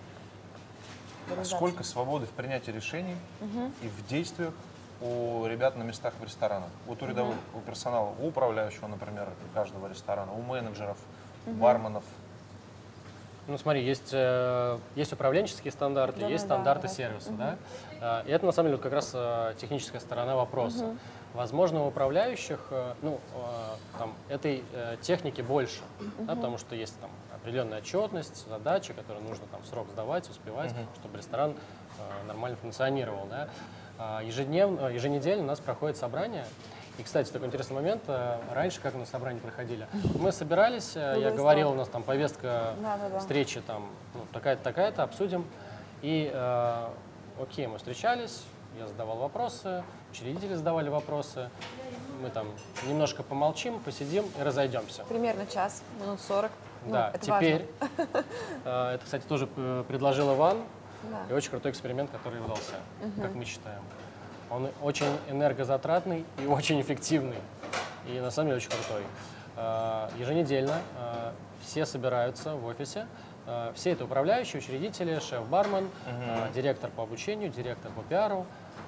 Сколько свободы в принятии решений и в действиях у ребят на местах в ресторанах? Вот у рядовых, у персонала, у управляющего, например, каждого ресторана, у менеджеров, барменов. Ну, смотри, есть управленческие стандарты, есть стандарты сервиса, да? И это, на самом деле, вот как раз техническая сторона вопроса. Возможно, у управляющих, там, этой техники больше, да, потому что есть там определенная отчетность, задачи, которые нужно там в срок сдавать, успевать, чтобы ресторан нормально функционировал, да? Еженедельно у нас проходит собрание. И, кстати, такой интересный момент. Раньше, как у нас собрания проходили, мы собирались, я говорил, у нас там повестка встречи, там, ну, такая-то, такая-то, обсудим. И, окей, мы встречались, я задавал вопросы, учредители задавали вопросы. Мы там немножко помолчим, посидим и разойдемся. Примерно час, минут 40. Да, это теперь, это, кстати, тоже предложил Иван, Да. и очень крутой эксперимент, который удался, как мы считаем. Он очень энергозатратный и очень эффективный, и на самом деле очень крутой. Еженедельно все собираются в офисе, все это управляющие, учредители, шеф-бармен, директор по обучению, директор по пиару.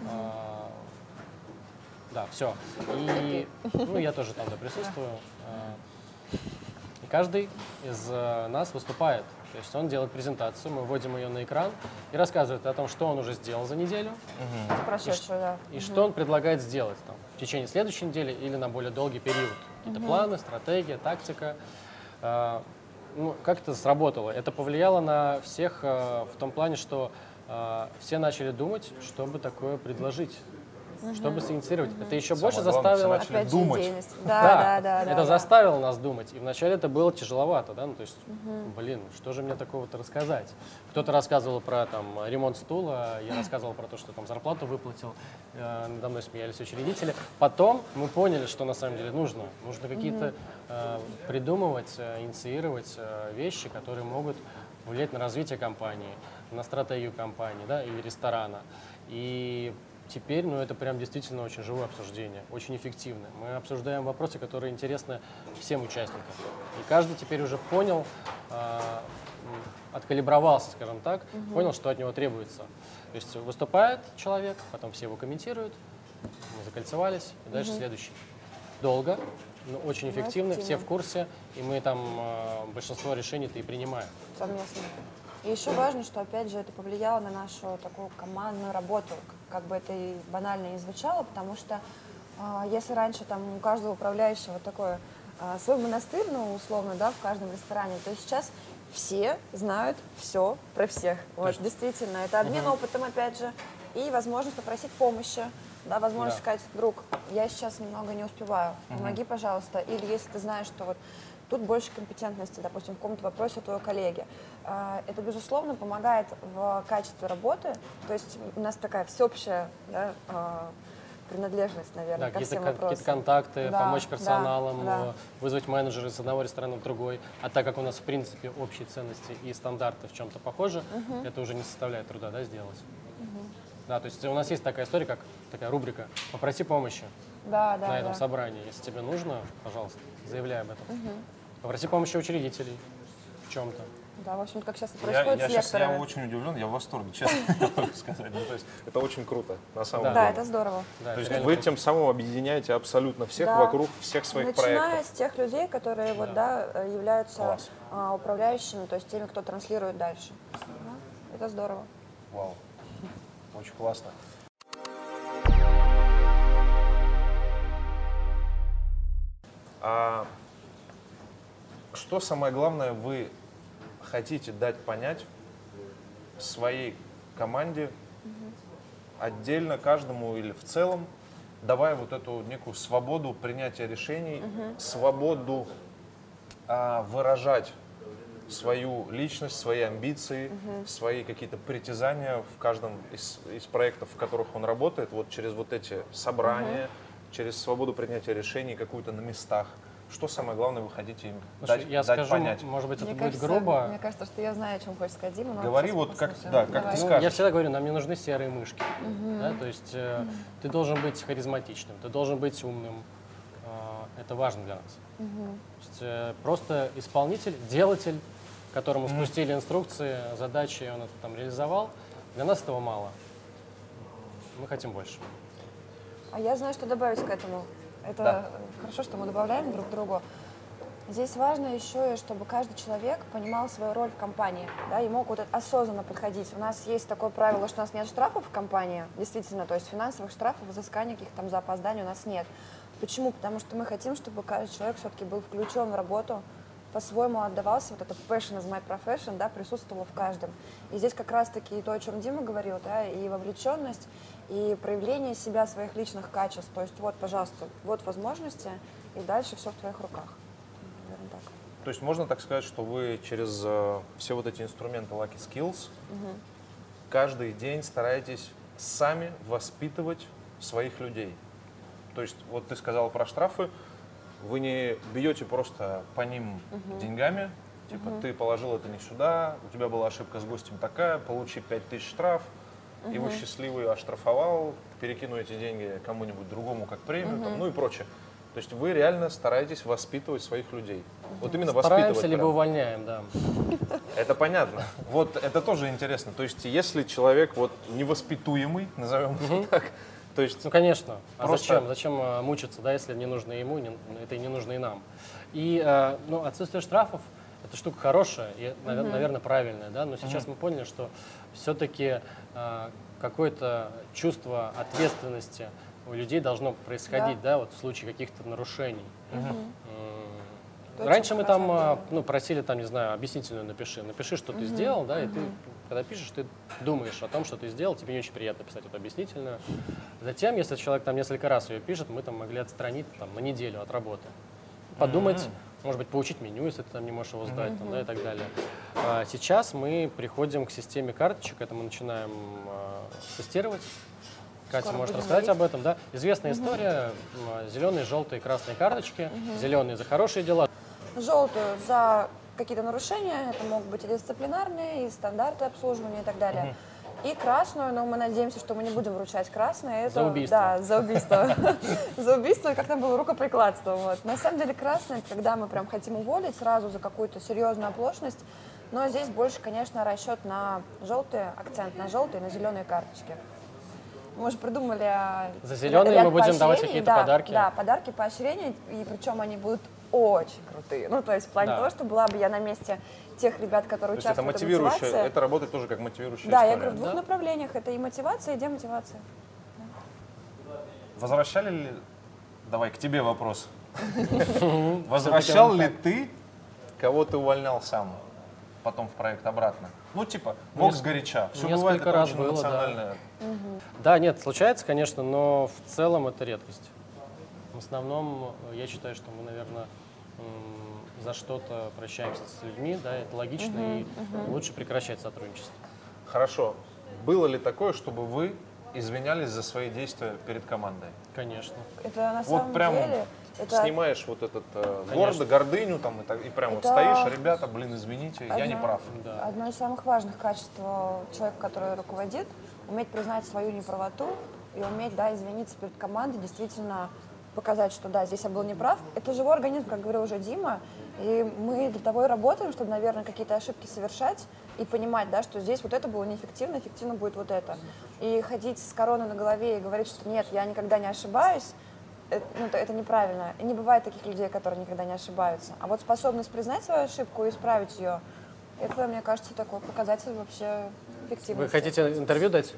Да, все. И ну, я тоже там присутствую. И каждый из нас выступает. То есть он делает презентацию, мы вводим ее на экран и рассказывает о том, что он уже сделал за неделю, Прошедшую, да. и что он предлагает сделать там, в течение следующей недели или на более долгий период. Какие-то планы, стратегия, тактика. Ну, как это сработало? Это повлияло на всех в том плане, что все начали думать, чтобы такое предложить. Чтобы синициировать. Это еще больше заставило... Опять же, думать. идейность. Да. Это заставило нас думать. И вначале это было тяжеловато, да, ну, то есть, блин, что же мне такого-то рассказать? Кто-то рассказывал про там ремонт стула, я рассказывал про то, что там зарплату выплатил, надо мной смеялись учредители. Потом мы поняли, что на самом деле нужно. Нужно какие-то придумывать, инициировать вещи, которые могут влиять на развитие компании, на стратегию компании, да, или ресторана. И теперь, ну, это прям действительно очень живое обсуждение, очень эффективно. Мы обсуждаем вопросы, которые интересны всем участникам. И каждый теперь уже понял, откалибровался, скажем так, понял, что от него требуется. То есть выступает человек, потом все его комментируют, мы закольцевались, и дальше следующий. Долго, но очень эффективно, все в курсе, и мы там большинство решений-то и принимаем. Совместно. И еще важно, что, опять же, это повлияло на нашу такую командную работу, как бы это и банально не звучало, потому что если раньше там у каждого управляющего такой свой монастырь, ну, условно, да, в каждом ресторане, то сейчас все знают все про всех. Вот, действительно, это обмен опытом, опять же, и возможность попросить помощи, да, возможность сказать: друг, я сейчас немного не успеваю, помоги, пожалуйста, или если ты знаешь, что вот тут больше компетентности, допустим, в каком-то вопросе у твоего коллеги. Это, безусловно, помогает в качестве работы. То есть у нас такая всеобщая, да, принадлежность, наверное, ко всем вопросам. Какие-то контакты, Да, помочь персоналам, да. вызвать менеджера из одного ресторана в другой. А так как у нас, в принципе, общие ценности и стандарты в чем-то похожи, это уже не составляет труда, да, сделать. Да, то есть у нас есть такая история, как такая рубрика «Попроси помощи» на этом собрании. Если тебе нужно, пожалуйста, заявляй об этом. Попроси помощи учредителей в чем-то. Да, в общем, как сейчас и Я происходит с сейчас лекторами. очень удивлен, я в восторге, честно могу сказать. Ну, то есть это очень круто, на самом Да. Да, деле. это здорово. Да, То это есть реально вы круто. тем самым объединяете абсолютно всех Да. вокруг всех своих Начиная проектов. с тех людей, которые вот, да, являются Класс. управляющими, то есть теми, кто транслирует дальше. Да, это здорово. Вау, очень классно. А что самое главное вы хотите дать понять своей команде, отдельно каждому или в целом, давая вот эту некую свободу принятия решений, свободу выражать свою личность, свои амбиции, свои какие-то притязания в каждом из проектов, в которых он работает, вот через вот эти собрания, через свободу принятия решений, какую-то на местах. Что самое главное вы хотите им Слушай, я дать скажу, понять? может быть, это Мне будет кажется, грубо. Мне кажется, что я знаю, о чем хочешь сказать, Дима. но Говори сейчас вот как, послушаем. да, как Давай. ты Ну, скажешь. я всегда говорю, нам не нужны серые мышки. Да? То есть ты должен быть харизматичным, ты должен быть умным. Это важно для нас. То есть, просто исполнитель, делатель, которому спустили инструкции, задачи, и он это там реализовал. Для нас этого мало. Мы хотим больше. А я знаю, что добавить к этому. Это Да. хорошо, что мы добавляем друг другу. Здесь важно еще, и чтобы каждый человек понимал свою роль в компании, да, и мог вот это осознанно подходить. У нас есть такое правило, что у нас нет штрафов в компании, действительно, то есть финансовых штрафов, взысканий каких-то там за опоздание у нас нет. Почему? Потому что мы хотим, чтобы каждый человек все-таки был включен в работу, по-своему отдавался, вот это passion is my profession, да, присутствовало в каждом. И здесь как раз-таки и то, о чем Дима говорил, да, и вовлеченность, и проявление себя, своих личных качеств. То есть вот, пожалуйста, вот возможности, и дальше все в твоих руках. Наверное, так. То есть можно так сказать, что вы через все вот эти инструменты Lucky Skills каждый день стараетесь сами воспитывать своих людей. То есть вот ты сказала про штрафы, вы не бьете просто по ним деньгами, типа ты положил это не сюда, у тебя была ошибка с гостем такая, получи 5000 штраф, и вы счастливый оштрафовал, перекину эти деньги кому-нибудь другому как премию, там, ну и прочее. То есть вы реально стараетесь воспитывать своих людей. Вот именно воспитывать. Стараемся, либо прям. увольняем, да. Это понятно. Вот это тоже интересно. То есть если человек вот невоспитуемый, назовем это так, то есть Ну, конечно. А Просто- зачем? Зачем мучиться, да, если не нужно ему, это и не нужно и нам. И ну, отсутствие штрафов – это штука хорошая и, наверное, правильная, да, но сейчас мы поняли, что все-таки какое-то чувство ответственности у людей должно происходить, да, вот в случае каких-то нарушений. То, Раньше чем мы как раз там надо. ну, просили, там, не знаю, объяснительную напиши, что ты сделал, да, и ты, когда пишешь, ты думаешь о том, что ты сделал, тебе не очень приятно писать эту объяснительную. Затем, если человек там несколько раз ее пишет, мы там могли отстранить там, на неделю от работы. Подумать, может быть, получить меню, если ты там не можешь его сдать, там, да, и так далее. А сейчас мы приходим к системе карточек, это мы начинаем тестировать. Катя Скоро может будем рассказать говорить. об этом, да? Известная история, зеленые, желтые, красные карточки, зеленые за хорошие дела. Желтую за какие-то нарушения, это могут быть и дисциплинарные, и стандарты обслуживания и так далее. И красную, но мы надеемся, что мы не будем вручать красные. Это, За убийство. Да, за убийство. За убийство, и как там было, рукоприкладство. Вот. На самом деле красная, это когда мы прям хотим уволить сразу за какую-то серьезную оплошность. Но здесь больше, конечно, расчет на желтые, акцент на желтые, на зеленые карточки. Мы уже придумали За зеленые ряд мы будем давать поощрений. какие-то Да, подарки. Да, подарки, поощрения, и причем они будут очень крутые. Ну, то есть в плане Да. того, что была бы я на месте тех ребят, которые То есть это участвуют в мотивирующее, мотивации. это работает тоже как мотивирующая Да, я история. говорю, в двух направлениях. Это и мотивация, и демотивация. Возвращали ли... Давай, к тебе вопрос. Возвращал ли ты, кого ты увольнял сам, потом в проект обратно? Ну, типа, мог сгоряча. Все Несколько бывает, это раз очень было, да. эмоциональное. Да, нет, случается, конечно, но в целом это редкость. В основном, я считаю, что мы, наверное, за что-то прощаемся с людьми, да, это логично, и лучше прекращать сотрудничество. Хорошо. Было ли такое, чтобы вы извинялись за свои действия перед командой? Конечно. Это на Вот самом прям деле... Это снимаешь вот этот Конечно. гордыню там, и прям вот Это стоишь, ребята, блин, извините, я не одно- прав. Да. Одно из самых важных качеств человека, который руководит, уметь признать свою неправоту и уметь, да, извиниться перед командой, действительно показать, что да, здесь я был неправ. Это живой организм, как говорил уже Дима. И мы для того и работаем, чтобы, наверное, какие-то ошибки совершать и понимать, да, что здесь вот это было неэффективно, эффективно будет вот это. И ходить с короной на голове и говорить, что нет, я никогда не ошибаюсь, это неправильно. И не бывает таких людей, которые никогда не ошибаются. А вот способность признать свою ошибку и исправить ее, это, мне кажется, такой показатель вообще эффективности. Вы хотите интервью дать?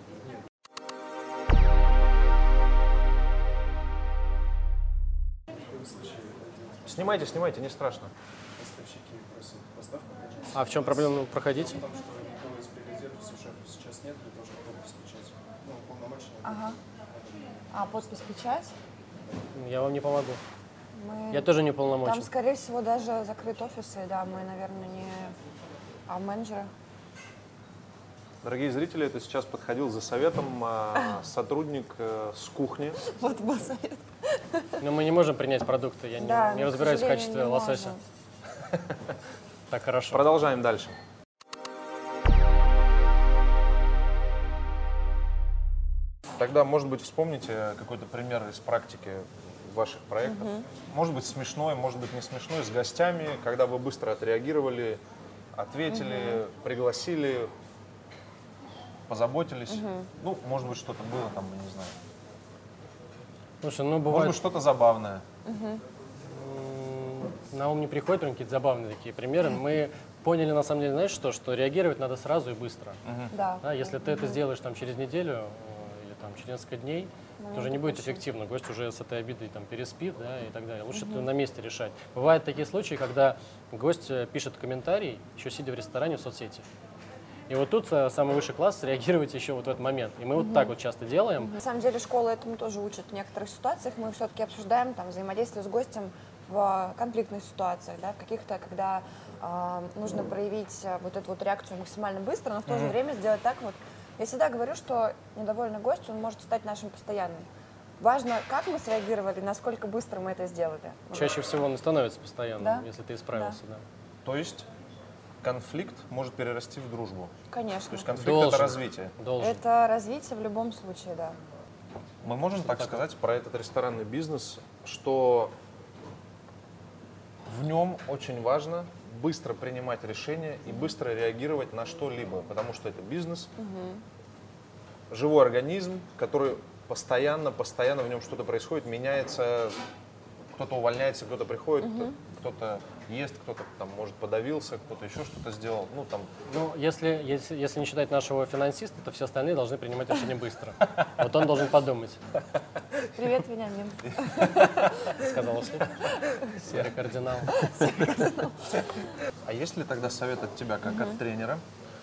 Снимайте, снимайте, не страшно. Поставщики просят поставку. А в чем проблема проходить? Потому что никого из президентов США сейчас нет для того, чтобы подпись печать. Ну, полномочия. Ага. А подпись, печать? Я вам не помогу. Мы... Я тоже не полномочен. Там, скорее всего, даже закрыт офисы, да, мы, наверное, не... А менеджеры? Дорогие зрители, это сейчас подходил за советом сотрудник с кухни. Вот был совет. Но мы не можем принять продукты. Я не к разбираюсь в сожалению, качестве не лосося. можем. Так, хорошо. Продолжаем дальше. Тогда, может быть, вспомните какой-то пример из практики ваших проектов. Может быть, смешной, может быть, не смешной, с гостями, когда вы быстро отреагировали, ответили, пригласили, позаботились. Ну, может быть, что-то было там, я не знаю. Слушай, ну Может бывает, быть, что-то забавное. на ум не приходят прям какие-то забавные такие примеры. Мы поняли, на самом деле, знаешь что, что реагировать надо сразу и быстро. Да. Да, если ты это сделаешь там через неделю или там через несколько дней, то уже не будет эффективно. Гость уже с этой обидой там переспит, да, и так далее. Лучше это на месте решать. Бывают такие случаи, когда гость пишет комментарий, еще сидя в ресторане в соцсети. И вот тут самый высший класс реагировать еще вот в этот момент. И мы вот так вот часто делаем. На самом деле школа этому тоже учит в некоторых ситуациях. Мы все-таки обсуждаем там взаимодействие с гостем в конфликтных ситуациях, да, в каких-то, когда нужно проявить вот эту вот реакцию максимально быстро, но в то же время сделать так вот. Я всегда говорю, что недовольный гость, он может стать нашим постоянным. Важно, как мы среагировали, насколько быстро мы это сделали. Чаще всего он и становится постоянным, Да. если ты исправился. Да. То есть конфликт может перерасти в дружбу. Конечно. То есть конфликт Должен. это развитие. Должен. Это развитие в любом случае, да. Мы можем так сказать про этот ресторанный бизнес, что в нем очень важно быстро принимать решения и быстро реагировать на что-либо, потому что это бизнес, живой организм, который постоянно в нем что-то происходит, меняется, кто-то увольняется, кто-то приходит, кто-то ест, кто-то там, может, подавился, кто-то еще что-то сделал. Ну, там. Ну, если не считать нашего финансиста, то все остальные должны принимать решения быстро. Вот он должен подумать, Привет, Вениамин. сказала вслух. Серый кардинал. А есть ли тогда совет от тебя, как от тренера,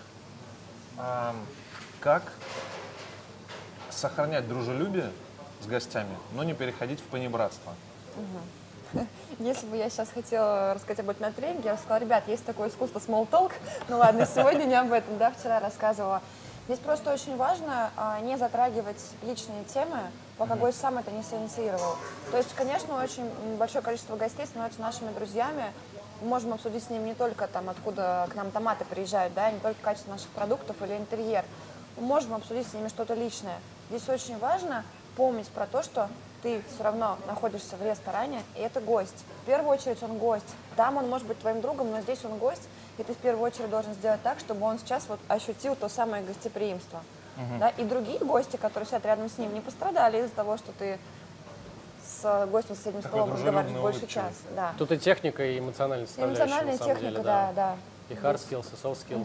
как сохранять дружелюбие с гостями, но не переходить в понебратство? Если бы я сейчас хотела рассказать об этом на тренинге, я бы сказала, ребят, есть такое искусство small talk. Ну ладно, сегодня не об этом, да, вчера рассказывала. Здесь просто очень важно не затрагивать личные темы, пока гость сам это не синициировал. То есть, конечно, очень большое количество гостей становятся нашими друзьями. Мы можем обсудить с ними не только там, откуда к нам томаты приезжают, да, не только качество наших продуктов или интерьер. Мы можем обсудить с ними что-то личное. Здесь очень важно помнить про то, что ты все равно находишься в ресторане, и это гость. В первую очередь он гость. Там он может быть твоим другом, но здесь он гость, и ты в первую очередь должен сделать так, чтобы он сейчас вот ощутил то самое гостеприимство. Да? И другие гости, которые сидят рядом с ним, не пострадали из-за того, что ты с гостем с соседним Такой столом разговариваешь дружелюбный, больше улыбчивый. часа. Да. Тут и техника, и эмоциональная составляющая, Эмоциональная на самом техника, деле, да, да. И hard skills, и soft skills.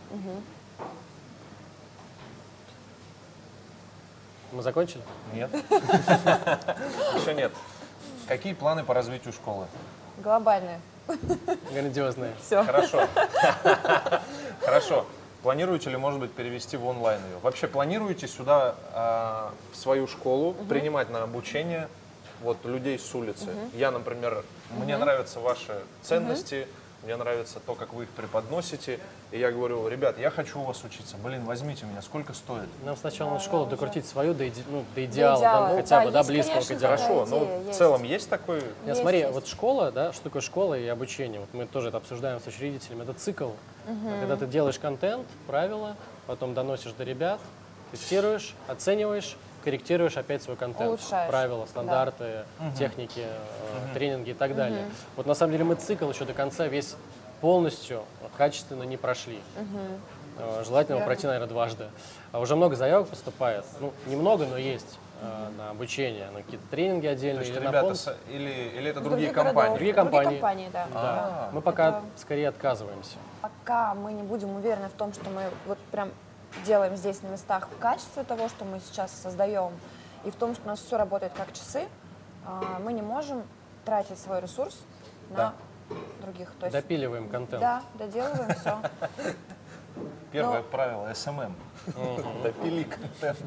Мы закончили? Нет? Еще нет. Какие планы по развитию школы? Глобальные. Грандиозные. Все. Хорошо. Хорошо. Планируете ли, может быть, перевести в онлайн ее? Вообще планируете сюда, в свою школу, принимать на обучение вот, людей с улицы? Я, например, мне нравятся ваши ценности, мне нравится то, как вы их преподносите. И я говорю, ребят, я хочу у вас учиться. Блин, возьмите меня, сколько стоит? Нам сначала надо школу докрутить свою до идеала, идеала. да, хотя бы, да, Есть, близкого к конечно, идеалу. такая Хорошо, но идея в есть. целом есть такой... Нет, Есть, смотри, есть. вот школа, да, что такое школа и обучение? Вот мы тоже это обсуждаем с учредителями. Это цикл. Когда ты делаешь контент, правила, потом доносишь до ребят, тестируешь, оцениваешь, корректируешь опять свой контент, Улучшаешь. правила, стандарты, техники, тренинги и так далее. Вот на самом деле мы цикл еще до конца весь полностью качественно не прошли. Желательно его пройти, наверное, дважды. А уже много заявок поступает. Ну, немного, но есть на обучение, на какие-то тренинги То отдельные. есть или на ребята, полностью. или это Из другие городов. компании? Другие компании. Да. Да. Мы пока Это- скорее отказываемся. Пока мы не будем уверены в том, что мы вот прям делаем здесь на местах в качестве того, что мы сейчас создаем, и в том, что у нас все работает как часы, мы не можем тратить свой ресурс на других. То есть, Допиливаем контент. да, доделываем все. Первое правило СММ. Допили контент.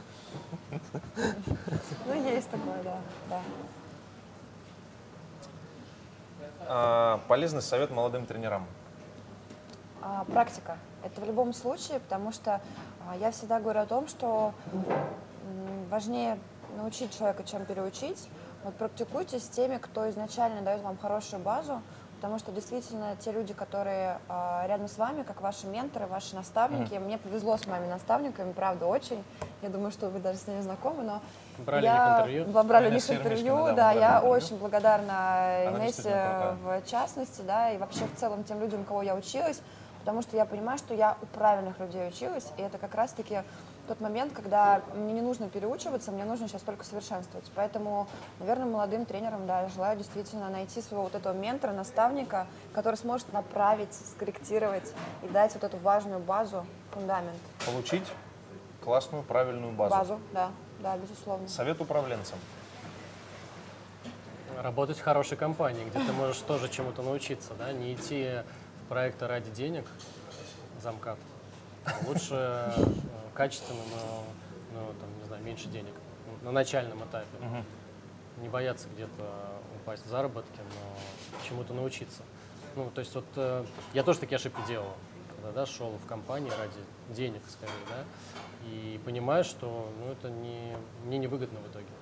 Ну, есть такое, да. Полезный совет молодым тренерам. Практика. Это в любом случае, потому что я всегда говорю о том, что важнее научить человека, чем переучить. Вот практикуйтесь с теми, кто изначально дает вам хорошую базу, потому что действительно те люди, которые рядом с вами, как ваши менторы, ваши наставники, мне повезло с моими наставниками, правда, очень. Я думаю, что вы даже с ними знакомы, но Брали у них интервью? брали у них Инессе интервью, Ермишкиной, да, мы я брали интервью. очень благодарна Она Инессе действительно в частности, да, и вообще в целом тем людям, у кого я училась, потому что я понимаю, что я у правильных людей училась, и это как раз-таки тот момент, когда мне не нужно переучиваться, мне нужно сейчас только совершенствовать. Поэтому, наверное, молодым тренерам, да, я желаю действительно найти своего вот этого ментора, наставника, который сможет направить, скорректировать и дать вот эту важную базу, фундамент. Получить классную, правильную базу. Базу, да, безусловно. Совет управленцам. Работать в хорошей компании, где ты можешь тоже чему-то научиться, да, не идти в проекты ради денег, замкат. Лучше качественно, но там, не знаю, меньше денег на начальном этапе. Не бояться где-то упасть в заработке, но чему-то научиться. Ну, то есть вот я тоже такие ошибки делал, когда, да, шел в компании ради денег, скорее, да, и понимаю, что, ну, это мне невыгодно в итоге.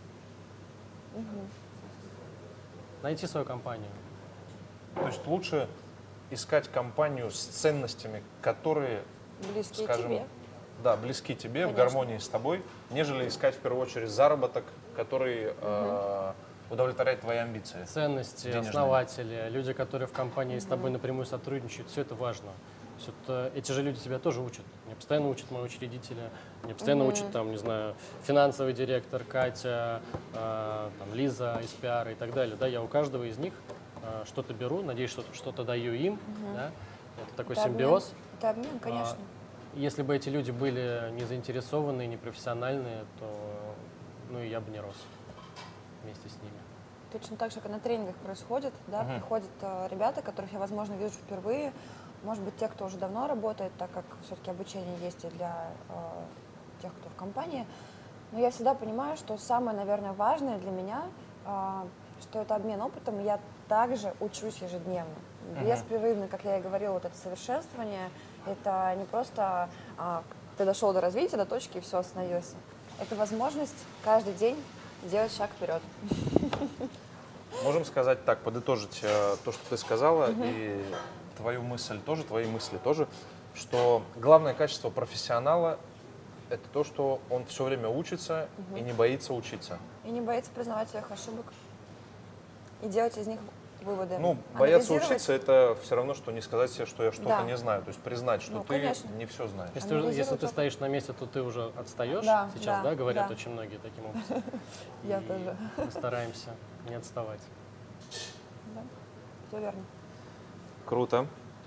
Найти свою компанию. То есть лучше искать компанию с ценностями, которые, Близкие скажем, тебе. да, близки тебе, в Конечно. гармонии с тобой, нежели искать в первую очередь заработок, который удовлетворяет твои амбиции. Ценности, Денежные. основатели, люди, которые в компании с тобой напрямую сотрудничают, все это важно. То есть вот, эти же люди тебя тоже учат. Меня постоянно учат мои учредители, меня постоянно учат, там, не знаю, финансовый директор, Катя, там, Лиза из пиара и так далее. Да, я у каждого из них что-то беру, надеюсь, что что-то даю им. Да? Это такой Это симбиоз. обмен. Это обмен, конечно. Если бы эти люди были не заинтересованные, не профессиональные, то ну, и я бы не рос вместе с ними. Точно так же, как и на тренингах происходит, да, приходят ребята, которых я, возможно, вижу впервые, может быть, те, кто уже давно работает, так как все-таки обучение есть и для тех, кто в компании. Но я всегда понимаю, что самое, наверное, важное для меня, что это обмен опытом, и я также учусь ежедневно. Беспрерывно, как я и говорила, вот это совершенствование, это не просто ты дошел до развития, до точки и все, остановился. Это возможность каждый день делать шаг вперед. Можем сказать так, подытожить то, что ты сказала, и твою мысль тоже, твои мысли тоже, что главное качество профессионала – это то, что он все время учится и не боится учиться. И не боится признавать своих ошибок. И делать из них выводы. Ну, бояться Анализировать. учиться – это все равно, что не сказать себе, что я что-то Да. не знаю. То есть признать, что Ну, ты конечно. не все знаешь. Если Анализировать ты опыт. стоишь на месте, то ты уже отстаешь Да, сейчас, да, да, говорят да. очень многие таким образом. Я И тоже. мы стараемся не отставать. Да, все верно. Круто.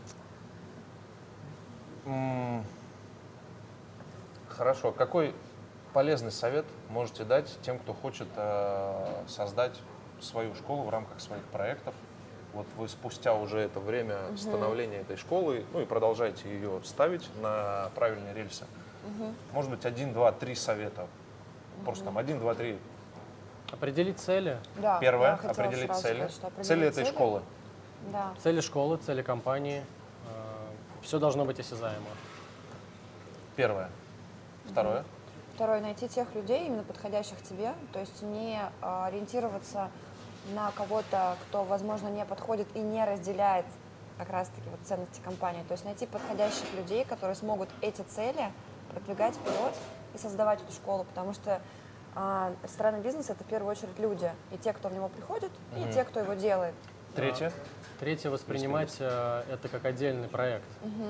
Хорошо. Какой полезный совет можете дать тем, кто хочет создать свою школу в рамках своих проектов? Вот вы спустя уже это время становления этой школы, ну и продолжаете ее ставить на правильные рельсы. Может быть, 1, 2, 3 совета. Просто там 1, 2, 3. Определить цели. Да, Первое, я хотела определить сразу цели. сказать, что определить Цели этой цели. школы. Да. Цели школы, цели компании. Все должно быть осязаемо. Первое. Второе. Второе, найти тех людей, именно подходящих тебе, то есть не ориентироваться на кого-то, кто, возможно, не подходит и не разделяет как раз-таки вот ценности компании. То есть найти подходящих людей, которые смогут эти цели продвигать вперед и создавать эту школу, потому что ресторанный бизнес — это в первую очередь люди, и те, кто в него приходит, и те, кто его делает. Третье. Третье, воспринимать это как отдельный проект.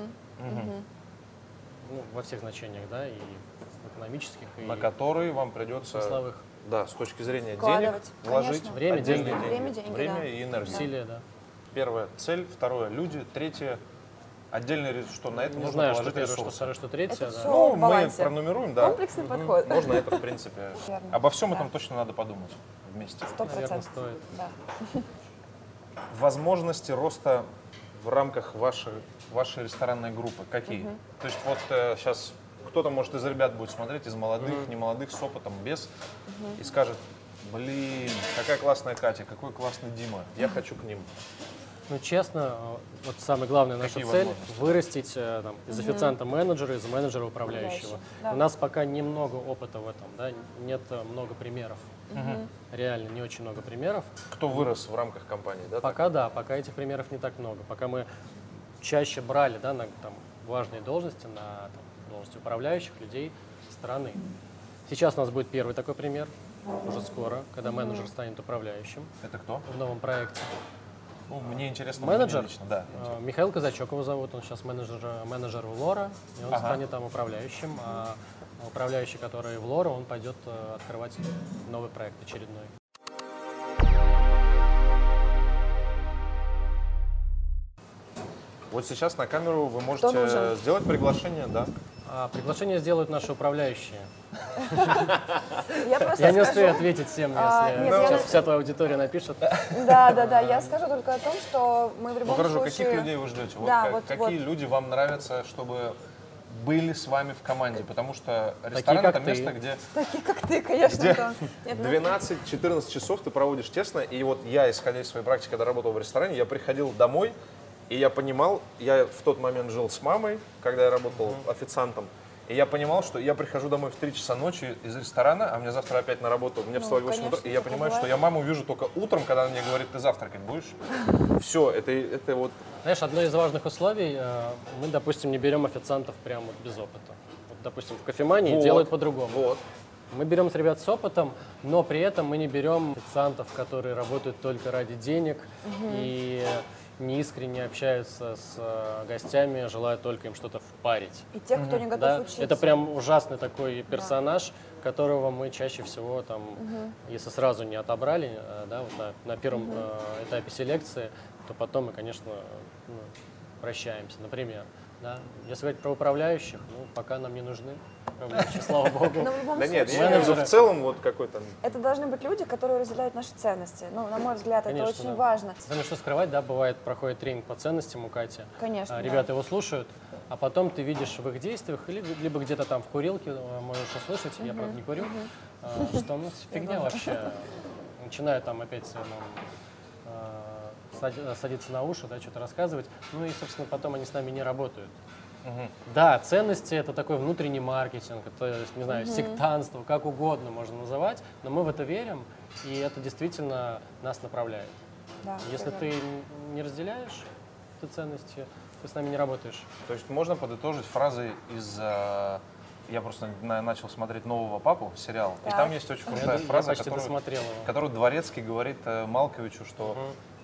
Ну, во всех значениях, да, и экономических, и На который вам придется, смысловых. да, с точки зрения денег Вкладывать, вложить конечно. Время, отдельные деньги. Время да. и энергию. Усилия, да. Первое — цель, второе — люди, третье — отдельный, что на это Не нужно знаю, что положить первое, что ресурсы. второе, что третье. Это да. всё Ну, в мы балансе. пронумеруем, да. Комплексный подход. Можно это, в принципе. Верно. Обо всем Да. этом точно надо подумать вместе. 100%. стоит. Да. Возможности роста в рамках вашей ресторанной группы какие? То есть вот сейчас кто-то, может, из ребят будет смотреть, из молодых, немолодых, с опытом, без, и скажет: блин, какая классная Катя, какой классный Дима, я хочу к ним. Ну, честно, вот самая главная наша Какие цель возможности? — вырастить там, из официанта менеджера, из менеджера управляющего. Управляющего, да. У нас пока немного опыта в этом, да, нет много примеров. Реально не очень много примеров. Кто вырос в рамках компании, да? Пока да, пока этих примеров не так много. Пока мы чаще брали, да, на там, важные должности, на там, должности управляющих людей со стороны. Сейчас у нас будет первый такой пример, уже скоро, когда менеджер станет управляющим Это кто? в новом проекте. Ну, мне интересно. Менеджер? Мне лично, да. Михаил Казачок его зовут, он сейчас менеджер у Лора, и он Ага. станет там управляющим. А управляющий, который в Лора, он пойдет открывать новый проект очередной. Вот сейчас на камеру вы Кто можете нужен? сделать приглашение, да? Приглашение сделают наши управляющие. Я просто Я не скажу- успею ответить всем, если нет, я сейчас на- вся твоя аудитория напишет. Да. Я скажу только о том, что мы в Ну любом хорошо, случае... каких людей вы ждете? Вот Да, какие вот. люди вам нравятся, чтобы были с вами в команде? Потому что ресторан — это как ты. место, где Такие, как ты, конечно. Где да. Нет, ну, 12-14 часов ты проводишь тесно. И вот я, исходя из своей практики, когда работал в ресторане, я приходил домой, и я понимал, я в тот момент жил с мамой, когда я работал официантом, и я понимал, что я прихожу домой в 3 часа ночи из ресторана, а мне завтра опять на работу, мне вставать в 8 утра, конечно, и я такое понимаю, что бывает. я маму вижу только утром, когда она мне говорит: ты завтракать будешь? Все, это вот... Знаешь, одно из важных условий, мы, допустим, не берем официантов прямо вот без опыта. Вот, допустим, в кофемании Вот, делают по-другому. Вот. Мы берем ребят с опытом, но при этом мы не берем официантов, которые работают только ради денег и неискренне общаются с гостями, желая только им что-то впарить. И тех, кто не готов Да? учиться. Это прям ужасный такой персонаж, которого мы чаще всего, там, если сразу не отобрали, да, вот на первом этапе селекции, то потом мы, конечно, ну, прощаемся, например. Да? Если говорить про управляющих, ну, пока нам не нужны управляющие, слава богу. Но в любом Да нет, случае, я имею в виду Менеджеры. в целом вот какой-то... это должны быть люди, которые разделяют наши ценности. Ну, на мой взгляд, Конечно, это очень да. важно. Потому что скрывать, да, бывает, проходит тренинг по ценностям у Кати. Конечно, да. Ребята его слушают, а потом ты видишь в их действиях, либо где-то там в курилке можешь услышать, я, правда, не курю, что ну, фигня вообще. Начинаю там опять садиться на уши, да, что-то рассказывать. Ну и, собственно, потом они с нами не работают. Да, ценности — это такой внутренний маркетинг, это, не знаю, сектантство, как угодно можно называть, но мы в это верим, и это действительно нас направляет. Да, Если всё ты верно. не разделяешь эти ценности, ты с нами не работаешь. То есть можно подытожить фразой из... Я просто начал смотреть «Нового папу» сериал, и Так. там есть очень крутая Я фраза, почти досмотрел его. которую Дворецкий говорит Малковичу, что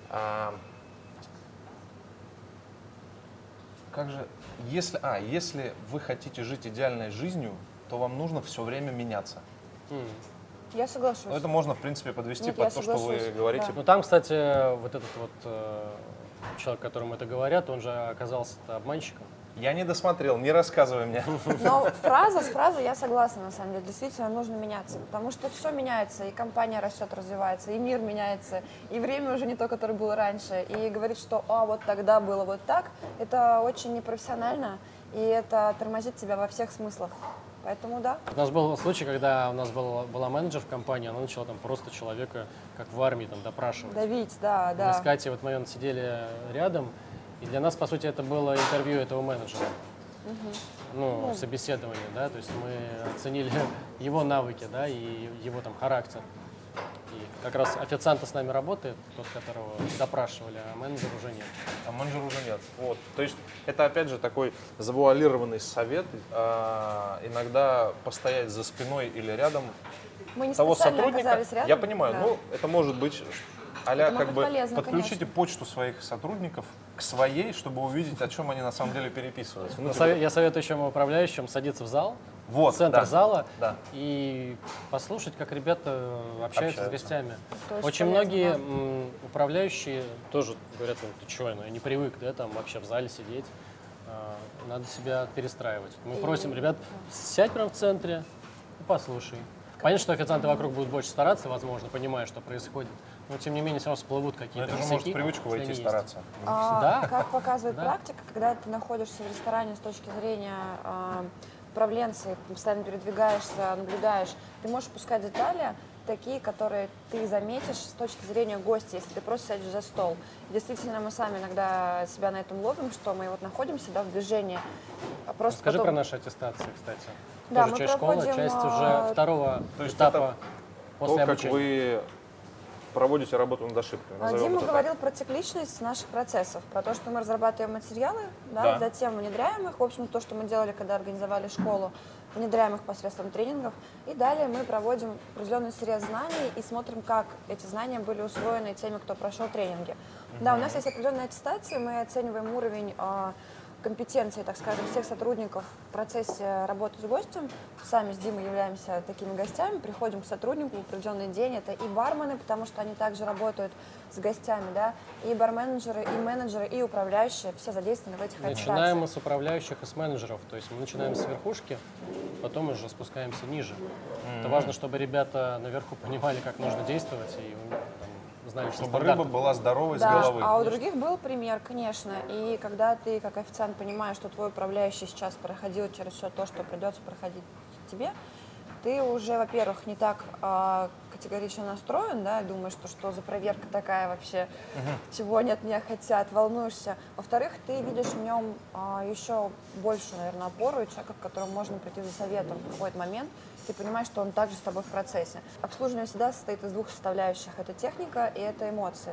как же, если вы хотите жить идеальной жизнью, то вам нужно все время меняться. Я соглашусь. Ну, это можно, в принципе, подвести Нет, под я то, что вы соглашусь, говорите. да. Ну там, кстати, вот этот вот человек, которому это говорят, он же оказался обманщиком. Я не досмотрел, не рассказывай мне. Но с фразой я согласна, на самом деле. Действительно, нужно меняться, потому что все меняется, и компания растет, развивается, и мир меняется, и время уже не то, которое было раньше. И говорить, что вот тогда было вот так, это очень непрофессионально, и это тормозит тебя во всех смыслах. Поэтому да. У нас был случай, когда у нас была менеджер в компании, она начала там просто человека, как в армии, там допрашивать. Давить, да, Мы с да. Катей в этот момент сидели рядом, и для нас, по сути, это было интервью этого менеджера. Ну, собеседование, да, то есть мы оценили его навыки, да, и его там характер. И как раз официант с нами работает, тот, которого допрашивали, а менеджер уже нет. А менеджера уже нет. Вот. То есть это опять же такой завуалированный совет, иногда постоять за спиной или рядом Мы не того специально сотрудника. оказались рядом. Я понимаю, да. ну это может быть а-ля Это может как бы быть полезно, подключите конечно. почту своих сотрудников к своей, чтобы увидеть, о чем они на самом деле переписываются. Ну, Но типа, я советую еще управляющим садиться в зал, вот, в центр да, зала, да. и послушать, как ребята общаются с гостями. Это очень Очень полезно, многие да. управляющие тоже говорят, ну ты чего, ну, я не привык, да, там вообще в зале сидеть. Надо себя перестраивать. Мы просим ребят, сядь прямо в центре и послушай. Понятно, что официанты вокруг будут больше стараться, возможно, понимая, что происходит. Но тем не менее, все равно всплывут Но какие-то это же косяки, может в привычку если войти они есть. стараться. Да. Как показывает Да. практика, когда ты находишься в ресторане с точки зрения управленца, и постоянно передвигаешься, наблюдаешь, ты можешь пускать детали, такие, которые ты заметишь с точки зрения гостя, если ты просто сядешь за стол. И действительно, мы сами иногда себя на этом ловим, что мы вот находимся да, в движении. Просто Скажи потом- про наши аттестации, кстати. Да, Тоже мы часть школы, проходим, часть уже второго То есть этапа это после То, как обучения. вы проводите работу над ошибками. назовем Дима это так. говорил про цикличность наших процессов, про то, что мы разрабатываем материалы, да, Да. затем внедряем их. В общем, то, что мы делали, когда организовали школу, внедряем их посредством тренингов. И далее мы проводим определенный срез знаний и смотрим, как эти знания были усвоены теми, кто прошел тренинги. Да, у нас есть определенная аттестация, мы оцениваем уровень компетенции, так скажем, всех сотрудников в процессе работы с гостем. Сами с Димой являемся такими гостями, приходим к сотруднику в определенный день. Это и бармены, потому что они также работают с гостями, да, и барменеджеры, и менеджеры, и управляющие, все задействованы в этих Начинаем аттестациях. мы с управляющих и с менеджеров. То есть мы начинаем с верхушки, потом уже спускаемся ниже. Это важно, чтобы ребята наверху понимали, как нужно действовать, и там, знали, что Чтобы стандарты. рыба была здоровой с Да, головы. а у других был пример, конечно. И когда ты, как официант, понимаешь, что твой управляющий сейчас проходил через все то, что придется проходить тебе, ты уже, во-первых, не так категорично настроен, да, думаешь, что за проверка такая вообще, чего они от меня хотят, волнуешься. Во-вторых, ты видишь в нем еще большую, наверное, опору, и человека, к которому можно прийти за советом в какой-то момент. Ты понимаешь, что он также с тобой в процессе. Обслуживание всегда состоит из двух составляющих. Это техника и это эмоции.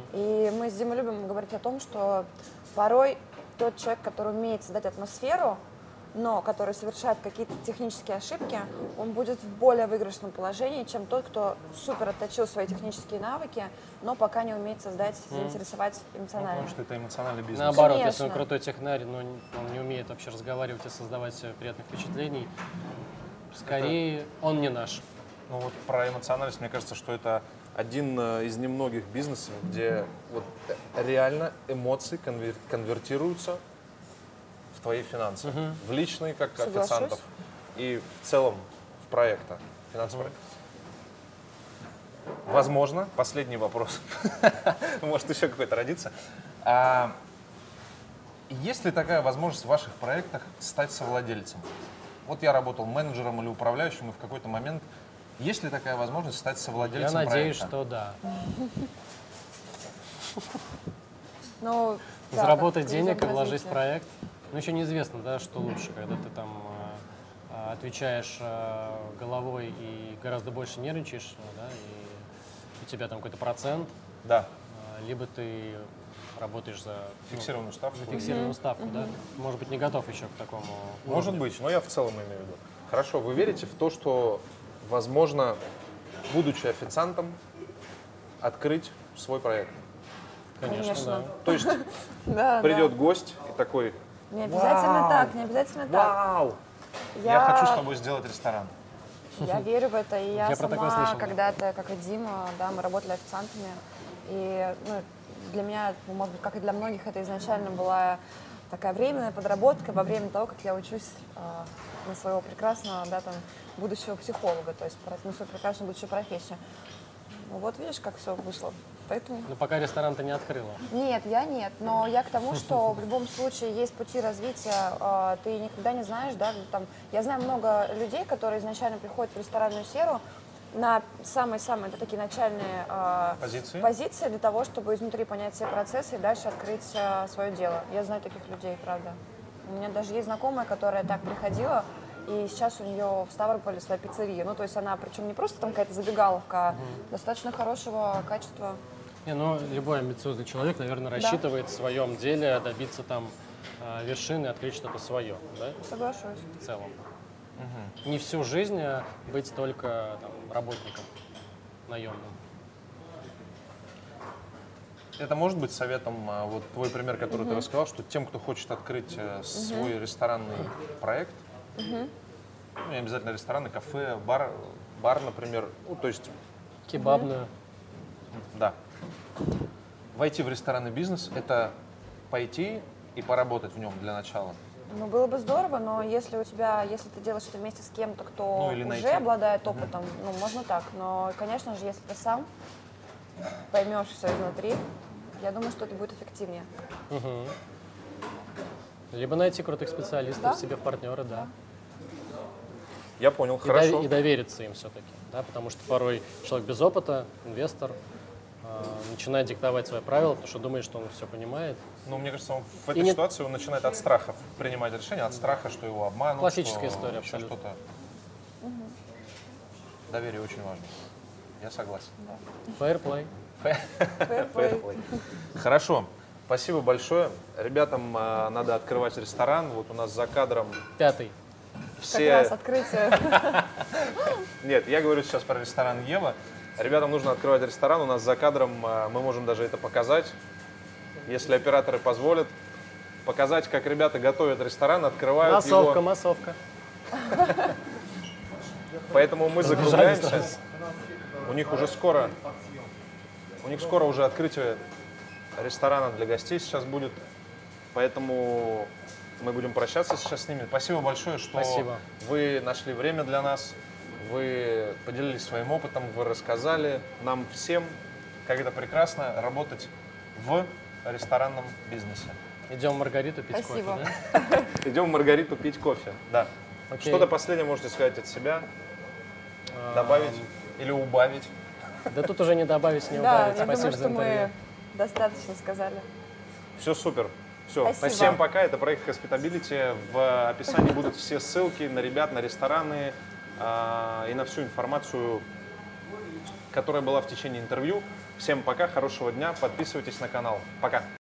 И мы с Димой любим говорить о том, что порой тот человек, который умеет создать атмосферу, но который совершает какие-то технические ошибки, он будет в более выигрышном положении, чем тот, кто супер отточил свои технические навыки, но пока не умеет создать, заинтересовать эмоционально. Потому что это эмоциональный бизнес. Наоборот, Конечно. если он крутой технарь, но он не умеет вообще разговаривать и создавать приятных впечатлений, скорее он не наш. Ну вот про эмоциональность, мне кажется, что это один из немногих бизнесов, где вот реально эмоции конвертируются в твои финансы. В личные, как Соглашусь. официантов, и в целом в проекта, финансовый проект. Возможно, последний вопрос, может еще какой-то родится. Есть ли такая возможность в ваших проектах стать совладельцем? Вот я работал менеджером или управляющим, и в какой-то момент есть ли такая возможность стать Я совладельцем надеюсь, проекта? что да. Ну, да, Заработать как денег и горизонт вложить в развития. проект. Но еще неизвестно, да, что лучше, когда ты там отвечаешь головой и гораздо больше нервничаешь, да, и у тебя там какой-то процент, Да, либо ты работаешь за фиксированную ставку. за фиксированную ставку, да. Может быть, не готов еще к такому Может уровню. быть, но я в целом имею в виду. Хорошо, вы верите в то, что возможно, будучи официантом, открыть свой проект? Конечно, да. То есть Да, придет гость и такой: да. Не обязательно «Вау! так, не обязательно так. Вау! Я хочу с тобой сделать ресторан. Я верю в это, и я Я про такое сама слышал, да. когда-то, как и Дима, да, мы работали официантами, и ну, для меня, может быть, как и для многих, это изначально была такая временная подработка во время того, как я учусь на своего прекрасного, да, там, будущего психолога, то есть на свою прекрасную будущую профессию. Ну, вот видишь, как все вышло. Поэтому... Но пока ресторан ты не открыла. Нет, я нет, но я к тому, что в любом случае есть пути развития, ты никогда не знаешь, да, там, я знаю много людей, которые изначально приходят в ресторанную сферу на самые-самые такие начальные позиции для того, чтобы изнутри понять все процессы и дальше открыть свое дело. Я знаю таких людей, правда. У меня даже есть знакомая, которая так приходила, и сейчас у нее в Ставрополе своя пиццерия. Ну, то есть она, причем не просто там какая-то забегаловка, а достаточно хорошего качества. Не, ну, любой амбициозный человек, наверное, рассчитывает в своем деле добиться там вершины, открыть что-то свое, да, Соглашусь. в целом. Не всю жизнь быть только там, работником наемным. Это может быть советом, вот твой пример, который ты рассказал, что тем, кто хочет открыть свой ресторанный проект, ну, не обязательно рестораны, кафе, бар, например, ну, то есть, Кебабную. да, войти в ресторанный бизнес – это пойти и поработать в нем для начала. Ну, было бы здорово, но если ты делаешь это вместе с кем-то, кто Ну, или уже найти. обладает опытом, ну, можно так. Но, конечно же, если ты сам поймешь все изнутри, я думаю, что это будет эффективнее. Либо найти крутых специалистов Да. себе в партнеры, да. Я понял, И, хорошо. и довериться им все-таки, да, потому что порой человек без опыта, инвестор, начинает диктовать свои правила, потому что думает, что он все понимает. Но мне кажется, он в И этой не- ситуации он начинает от страхов принимать решения, от страха, что его обманут. Классическая что история, еще абсолютно. что-то. Доверие очень важно. Я согласен. Fair play. Fair play. Хорошо. Спасибо большое. Ребятам надо открывать ресторан. Вот у нас за кадром 5-й. все... Как раз открытие. Нет, я говорю сейчас про ресторан Ева. Ребятам нужно открывать ресторан. У нас за кадром мы можем даже это показать, если операторы позволят. Показать, как ребята готовят ресторан, открывают Массовка, его. массовка. Поэтому мы закругляемся. У них скоро уже открытие ресторана для гостей сейчас будет. Поэтому мы будем прощаться сейчас с ними. Спасибо большое, что Спасибо. вы нашли время для нас. Вы поделились своим опытом, вы рассказали нам всем, как это прекрасно работать в ресторанном бизнесе. Идем Маргариту пить Спасибо. кофе, да? Идем в Маргариту пить кофе. Да. Окей. Что-то последнее можете сказать от себя, добавить или убавить. Да тут уже не добавить, не Да, убавить. я Спасибо думаю, за что интервью. мы достаточно сказали. Все супер. Все. Спасибо. Всем пока. Это проект Hospitability. В описании будут все ссылки на ребят, на рестораны и на всю информацию, которая была в течение интервью. Всем пока, хорошего дня. Подписывайтесь на канал. Пока.